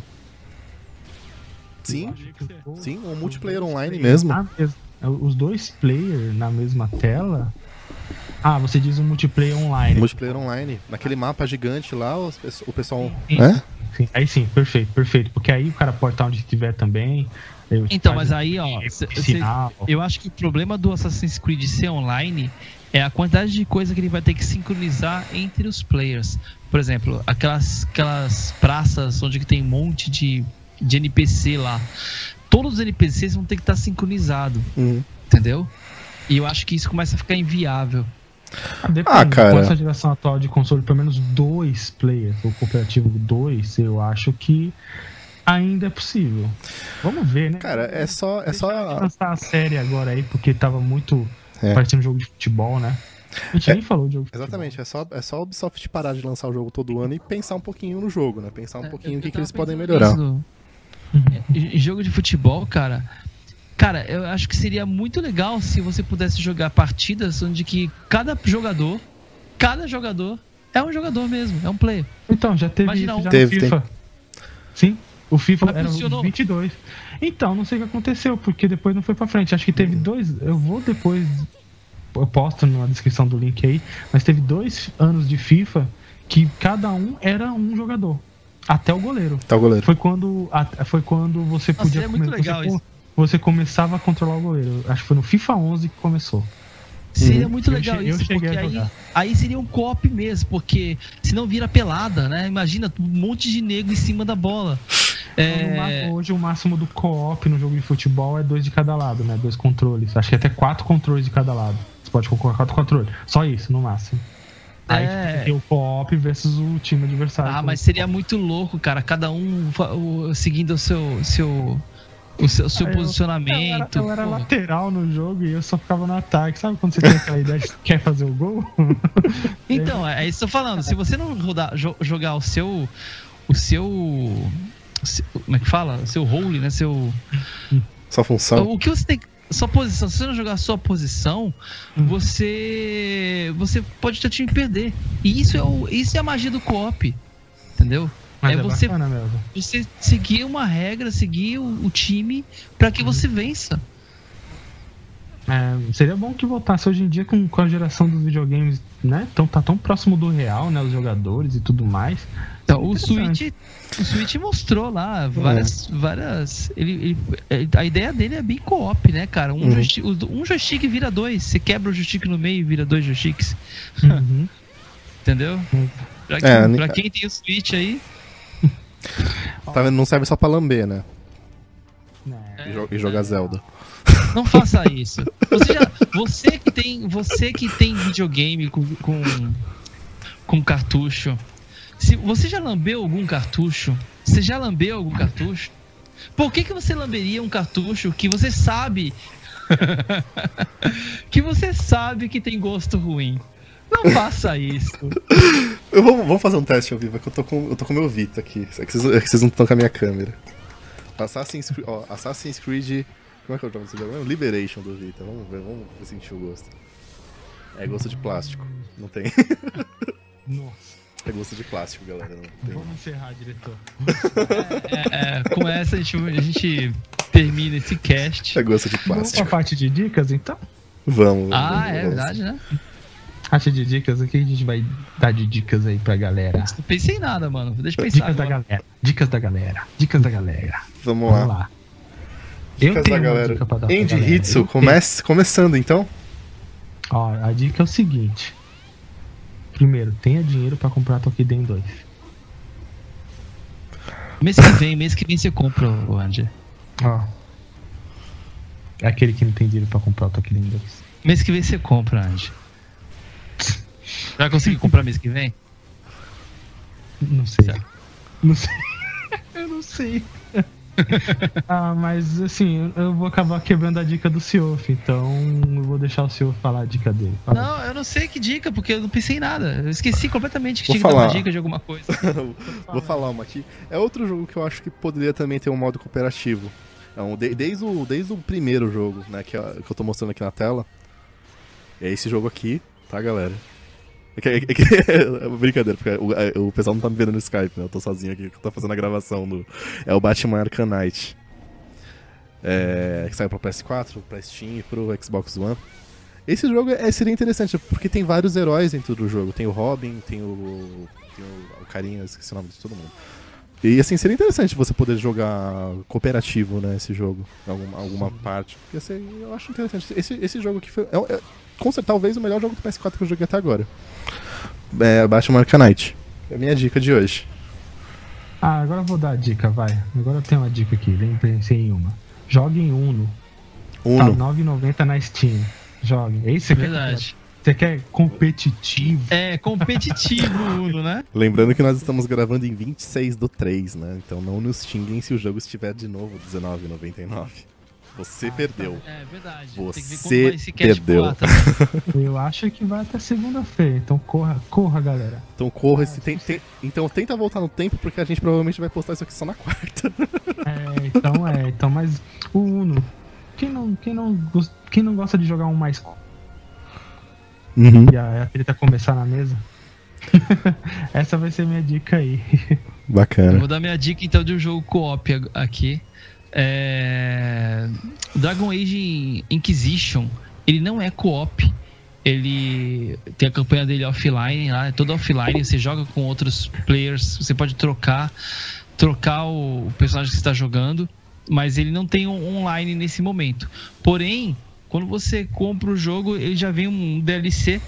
Sim, Os sim, um multiplayer online players mesmo. na mes- Os dois players na mesma tela. Ah, você diz um multiplayer online. Multiplayer online. Naquele mapa gigante lá, os pe- o pessoal. Sim. Hã? Sim, aí sim, perfeito, perfeito. Porque aí o cara pode estar onde estiver também. aí Então, faz mas um aí, ó, cê- cê- sinal. eu acho que o problema do Assassin's Creed ser online é a quantidade de coisa que ele vai ter que sincronizar entre os players. Por exemplo, aquelas, aquelas praças onde que tem um monte de, de N P C lá. Todos os N P Cs vão ter que estar sincronizados, Uhum. entendeu? E eu acho que isso começa a ficar inviável. Depende, Ah, cara. com essa geração atual de console, pelo menos dois players, o cooperativo dois, eu acho que ainda é possível. Vamos ver, né? Cara, é só. É Deixa eu só. lançar a série agora aí, porque tava muito É. parecendo um jogo de futebol, né? A gente É, nem falou de jogo de Exatamente, é só, é só a Ubisoft parar de lançar o jogo todo ano e pensar um pouquinho no jogo, né? Pensar um pouquinho o que, que eles podem melhorar. Em jogo de futebol, cara. Cara, eu acho que seria muito legal se você pudesse jogar partidas onde que cada jogador, cada jogador é um jogador mesmo, é um player. futebol. Então, já teve Imagina isso um- já Teve, no FIFA. Sim, o FIFA Mas era funcionou. o vinte e dois. Então, não sei o que aconteceu, porque depois não foi pra frente. Acho que teve dois. Eu vou depois. Eu posto na descrição do link aí. Mas teve dois anos de FIFA que cada um era um jogador. Até o goleiro. Tá o goleiro. Foi quando, a- foi quando você Nossa, podia é muito come- legal você, isso. você começava a controlar o goleiro. Acho que foi no FIFA onze que começou. Seria Uhum. muito Eu legal che- eu isso, cheguei porque a aí, jogar. aí seria um co-op mesmo, porque senão vira pelada, né? Imagina um monte de negro em cima da bola. No É, ma- Hoje o máximo do co-op no jogo de futebol é dois de cada lado, né? Dois controles. Acho que até quatro controles de cada lado. Você pode colocar quatro controles. Só isso, no máximo. Aí É. tem o co-op versus o time adversário. Ah, mas seria muito louco, cara. Cada um fa- o- seguindo o seu, seu, o seu, o seu Ah, eu- posicionamento. Eu era, eu era pô. lateral no jogo e eu só ficava no ataque. Sabe quando você tem aquela ideia de que quer fazer o gol? Então, é isso que eu tô falando. Se você não rodar, jo- jogar o seu. O seu. o seu- Como é que fala? O seu role, né? Seu. Sua função. O que você tem. Sua posição. Se você não jogar a sua posição, Hum. você. Você pode ter time perder. E isso é, o, isso é a magia do co-op. Entendeu? Mas É é, você- bacana mesmo. Você seguir uma regra, seguir o, o time pra que você vença. É, seria bom que voltasse hoje em dia com, com a geração dos videogames, né? Então tá tão próximo do real, né? Os jogadores e tudo mais. Então, o Interessante. Switch, o Switch mostrou lá várias. várias ele, ele- a ideia dele é bem co-op, né, cara? Um, Uhum. joystick, um joystick vira dois. Você quebra o joystick no meio e vira dois joysticks. Uhum. Entendeu? Uhum. Pra, quem, É, pra quem tem o Switch aí. Tá vendo? Não serve só pra lamber, né? É. E, jo- e jogar Zelda. Não faça isso. Você, já, você, que, tem, você que tem videogame com, com, com cartucho. Se você já lambeu algum cartucho? Você já lambeu algum cartucho? Por que, que você lamberia um cartucho que você sabe que você sabe que tem gosto ruim? Não faça isso. Eu vou, vamos fazer um teste ao vivo, é que eu tô com, eu tô com o meu Vita aqui. É que vocês, é que vocês não estão com a minha câmera. Assassin's Creed, ó, Assassin's Creed. Como é que é o nome desse jogo? mesmo? Liberation do Vita. Vamos ver, vamos ver se sentir o gosto. É gosto de plástico. Não tem. Nossa. É gosto de plástico, galera. Não tem. Vamos encerrar, diretor. É, é, com essa a gente, a gente termina esse cast. É gosto de Vamos pra plástico. parte de dicas, então? Vamos, vamos. Ah, vamos, é vamos. verdade, né? Parte de dicas, o que a gente vai dar de dicas aí pra galera? Não pensei em nada, mano. Deixa eu pensar. Dicas da agora. galera. Dicas da galera. Dicas da galera. Vamos Vamos lá. lá. Dicas Eu tenho da uma galera. dica pra dar pra Andy galera. Hitsu, Eu comece, começando então. Ó, a dica é o seguinte. primeiro, tenha dinheiro pra comprar Tokiden dois. Mês que vem, mês que vem você compra, o Andy. Ó. É aquele que não tem dinheiro pra comprar o Tokiden dois. Mês que vem você compra, Andy. Vai conseguir comprar mês que vem? Não sei. Certo. Não sei. Eu não sei. Ah, mas assim, eu vou acabar quebrando a dica do Siof, então eu vou deixar o Siof falar a dica dele. Fala. Não, eu não sei que dica, porque eu não pensei em nada. Eu esqueci completamente que Vou tinha que dar falar. uma dica de alguma coisa. Vou falar uma aqui. É outro jogo que eu acho que poderia também ter um modo cooperativo. É um, de, desde, o, desde o primeiro jogo, né, que, é- que eu tô mostrando aqui na tela. É esse jogo aqui, tá, galera? É que, é que- é brincadeira, porque o, é- o pessoal não tá me vendo no Skype, né? Eu tô sozinho aqui, que eu tô fazendo a gravação do... É o Batman Arkham Knight. É, que saiu pro P S quatro, pro Steam e pro Xbox One. Esse jogo é, seria interessante, porque tem vários heróis dentro do jogo. Tem o Robin, tem o... Tem o, o carinha, esqueci o nome de todo mundo. E assim, seria interessante você poder jogar cooperativo, né, esse jogo, em alguma, alguma parte. Porque assim, eu acho interessante. Esse, esse jogo aqui foi, é, é, com certeza, talvez o melhor jogo do P S quatro que eu joguei até agora. É Batman Arkham Knight. É a minha dica de hoje. Ah, agora eu vou dar a dica, vai. Agora eu tenho uma dica aqui, nem pensei em uma. Jogue em Uno. Tá Uno. nove reais e noventa centavos na Steam. Jogue. É isso que você Verdade. quer? Você quer competitivo? É competitivo o Uno, né? Lembrando que nós estamos gravando em vinte e seis do três, né? Então não nos xinguem se o jogo estiver de novo dezenove reais e noventa e nove centavos. Você perdeu. É verdade. Você Tem que ver como vai esse cast perdeu. voar também. Eu acho que vai até segunda-feira. Então corra, corra, galera. Então corra esse. Tem, tem- então tenta voltar no tempo, porque a gente provavelmente vai postar isso aqui só na quarta. É, então é, então, mas o Uno. Quem não, quem não, gos- quem não gosta de jogar um mais Uhum. e a, a treta começar na mesa? Essa vai ser minha dica aí. Eu Bacana. vou dar minha dica então de um jogo co-op ag- aqui. É... Dragon Age Inquisition, ele não é co-op. Ele tem a campanha dele offline lá, é todo offline, você joga com outros players, você pode trocar trocar o o personagem que você está jogando, mas ele não tem um online nesse momento. Porém, quando você compra o jogo, ele já vem um D L C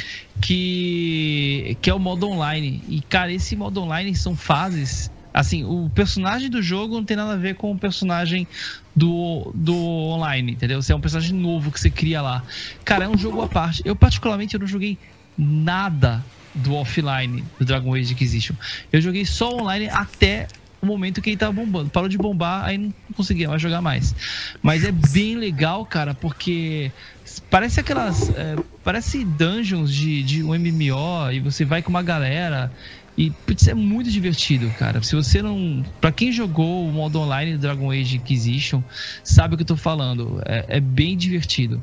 que, que é o modo online. E, cara, esse modo online são fases. Assim, o personagem do jogo não tem nada a ver com o personagem do, do online, entendeu? Você é um personagem novo que você cria lá. Cara, é um jogo à parte. Eu, particularmente, eu não joguei nada do offline do Dragon Age Inquisition. Eu joguei só online até o momento que ele tava bombando. Parou de bombar, aí não conseguia mais jogar mais. Mas é bem legal, cara, porque parece aquelas... é, parece dungeons de, de um M M O, e você vai com uma galera... E, putz, é muito divertido, cara. Se você não... Pra quem jogou o modo online do Dragon Age Inquisition, sabe o que eu tô falando. É, é bem divertido.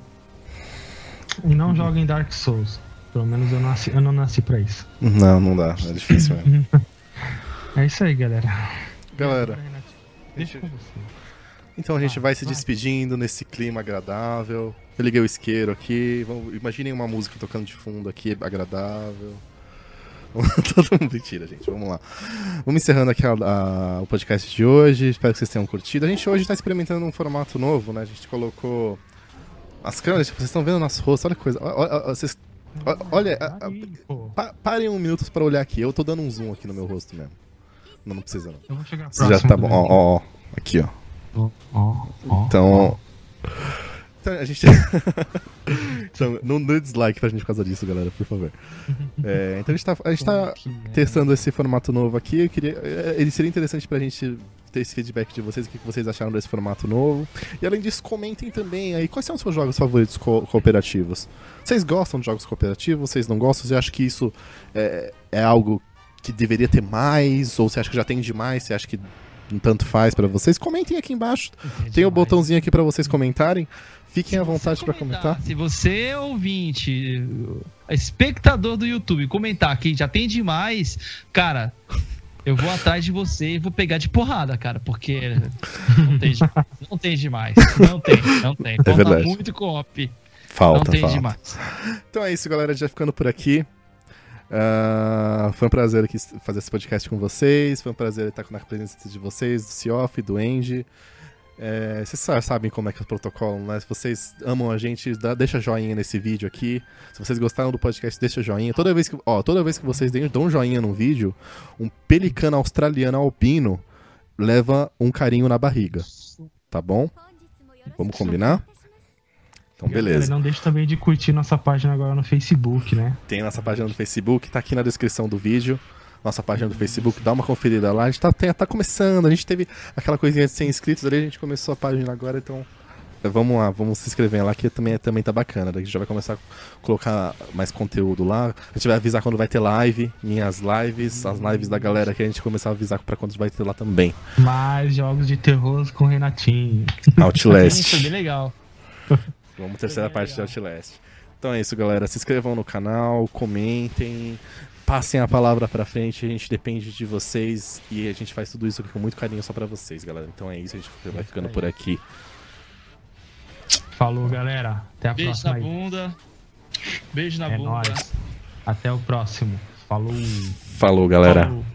E não joga em Dark Souls. Pelo menos eu, nasci, eu não nasci pra isso. Não, não dá. É difícil mesmo. É isso aí, galera. Galera, Deixa com você. então a gente Ah, vai se vai. despedindo nesse clima agradável. Eu liguei o isqueiro aqui. Vamos- Imaginem uma música tocando de fundo aqui, agradável. Todo mundo mentira, gente. Vamos lá. Vamos encerrando aqui a- a- o podcast de hoje. Espero que vocês tenham curtido. A gente hoje está experimentando um formato novo, né? A gente colocou as câmeras, tipo, vocês estão vendo nosso rosto. Olha que coisa. Olha, olha, vocês- olha, olha, a- a- Aí, pô. pa- parem um minuto para olhar aqui. Eu tô dando um zoom aqui no meu rosto mesmo. Não, não precisa não. Eu vou chegar Você já tá bom. Ó, ó, ó. Aqui, ó. Ó, ó, ó. Então. Então a gente. Então, não dê dislike pra gente por causa disso, galera, por favor. É, então a gente tá, a gente tá Que merda. testando esse formato novo aqui. Eu queria, é, ele seria interessante pra gente ter esse feedback de vocês, o que vocês acharam desse formato novo. E além disso, comentem também aí quais são os seus jogos favoritos co- cooperativos. Vocês gostam de jogos cooperativos? Vocês não gostam? Você acha que isso é, é algo que deveria ter mais? Ou você acha que já tem demais? Você acha que um tanto faz pra vocês? Comentem aqui embaixo. Tem o botãozinho aqui pra vocês comentarem. Fiquem à vontade pra comentar. Se você é ouvinte, espectador do YouTube, comentar que já tem demais, cara, eu vou atrás de você e vou pegar de porrada, cara, porque não tem, não tem demais. Não tem, não tem. Falta verdade. muito co-op. Falta, Não tem falta. demais. Então é isso, galera. Já ficando por aqui. Ah, foi um prazer aqui fazer esse podcast com vocês. Foi um prazer estar na presença de vocês, do Cioff, do Andy. É, vocês sa- sabem como é que é o protocolo, né? Se vocês amam a gente, dá, deixa joinha nesse vídeo aqui. Se vocês gostaram do podcast, deixa joinha. Toda vez que, ó, toda vez que vocês deem- dão joinha num vídeo, um pelicano australiano albino leva um carinho na barriga. Tá bom? Vamos combinar? Então, Galera, beleza. não deixe também de curtir nossa página agora no Facebook, né? Tem nossa página do Facebook, tá aqui na descrição do vídeo. Nossa página do Facebook, dá uma conferida lá. A gente tá, tem- tá começando, a gente teve aquela coisinha de cem inscritos ali, a gente começou a página agora, então vamos lá, vamos se inscrever lá que também, também tá bacana. Daí a gente já vai começar a colocar mais conteúdo lá. A gente vai avisar quando vai ter live, minhas lives, as lives da galera que a gente começar a avisar pra quando vai ter lá também. Mais jogos de terror com o Renatinho. Outlast. Foi bem legal. Vamos terceira bem parte de legal. Outlast. Então é isso, galera. Se inscrevam no canal, comentem, passem a palavra pra frente. A gente depende de vocês e a gente faz tudo isso aqui com muito carinho só pra vocês, galera. Então é isso, a gente vai ficando por aqui. Falou, galera. Até a Beijo na próxima aí. bunda. Beijo na É bunda. nóis. Até o próximo. Falou. Falou, galera. Falou.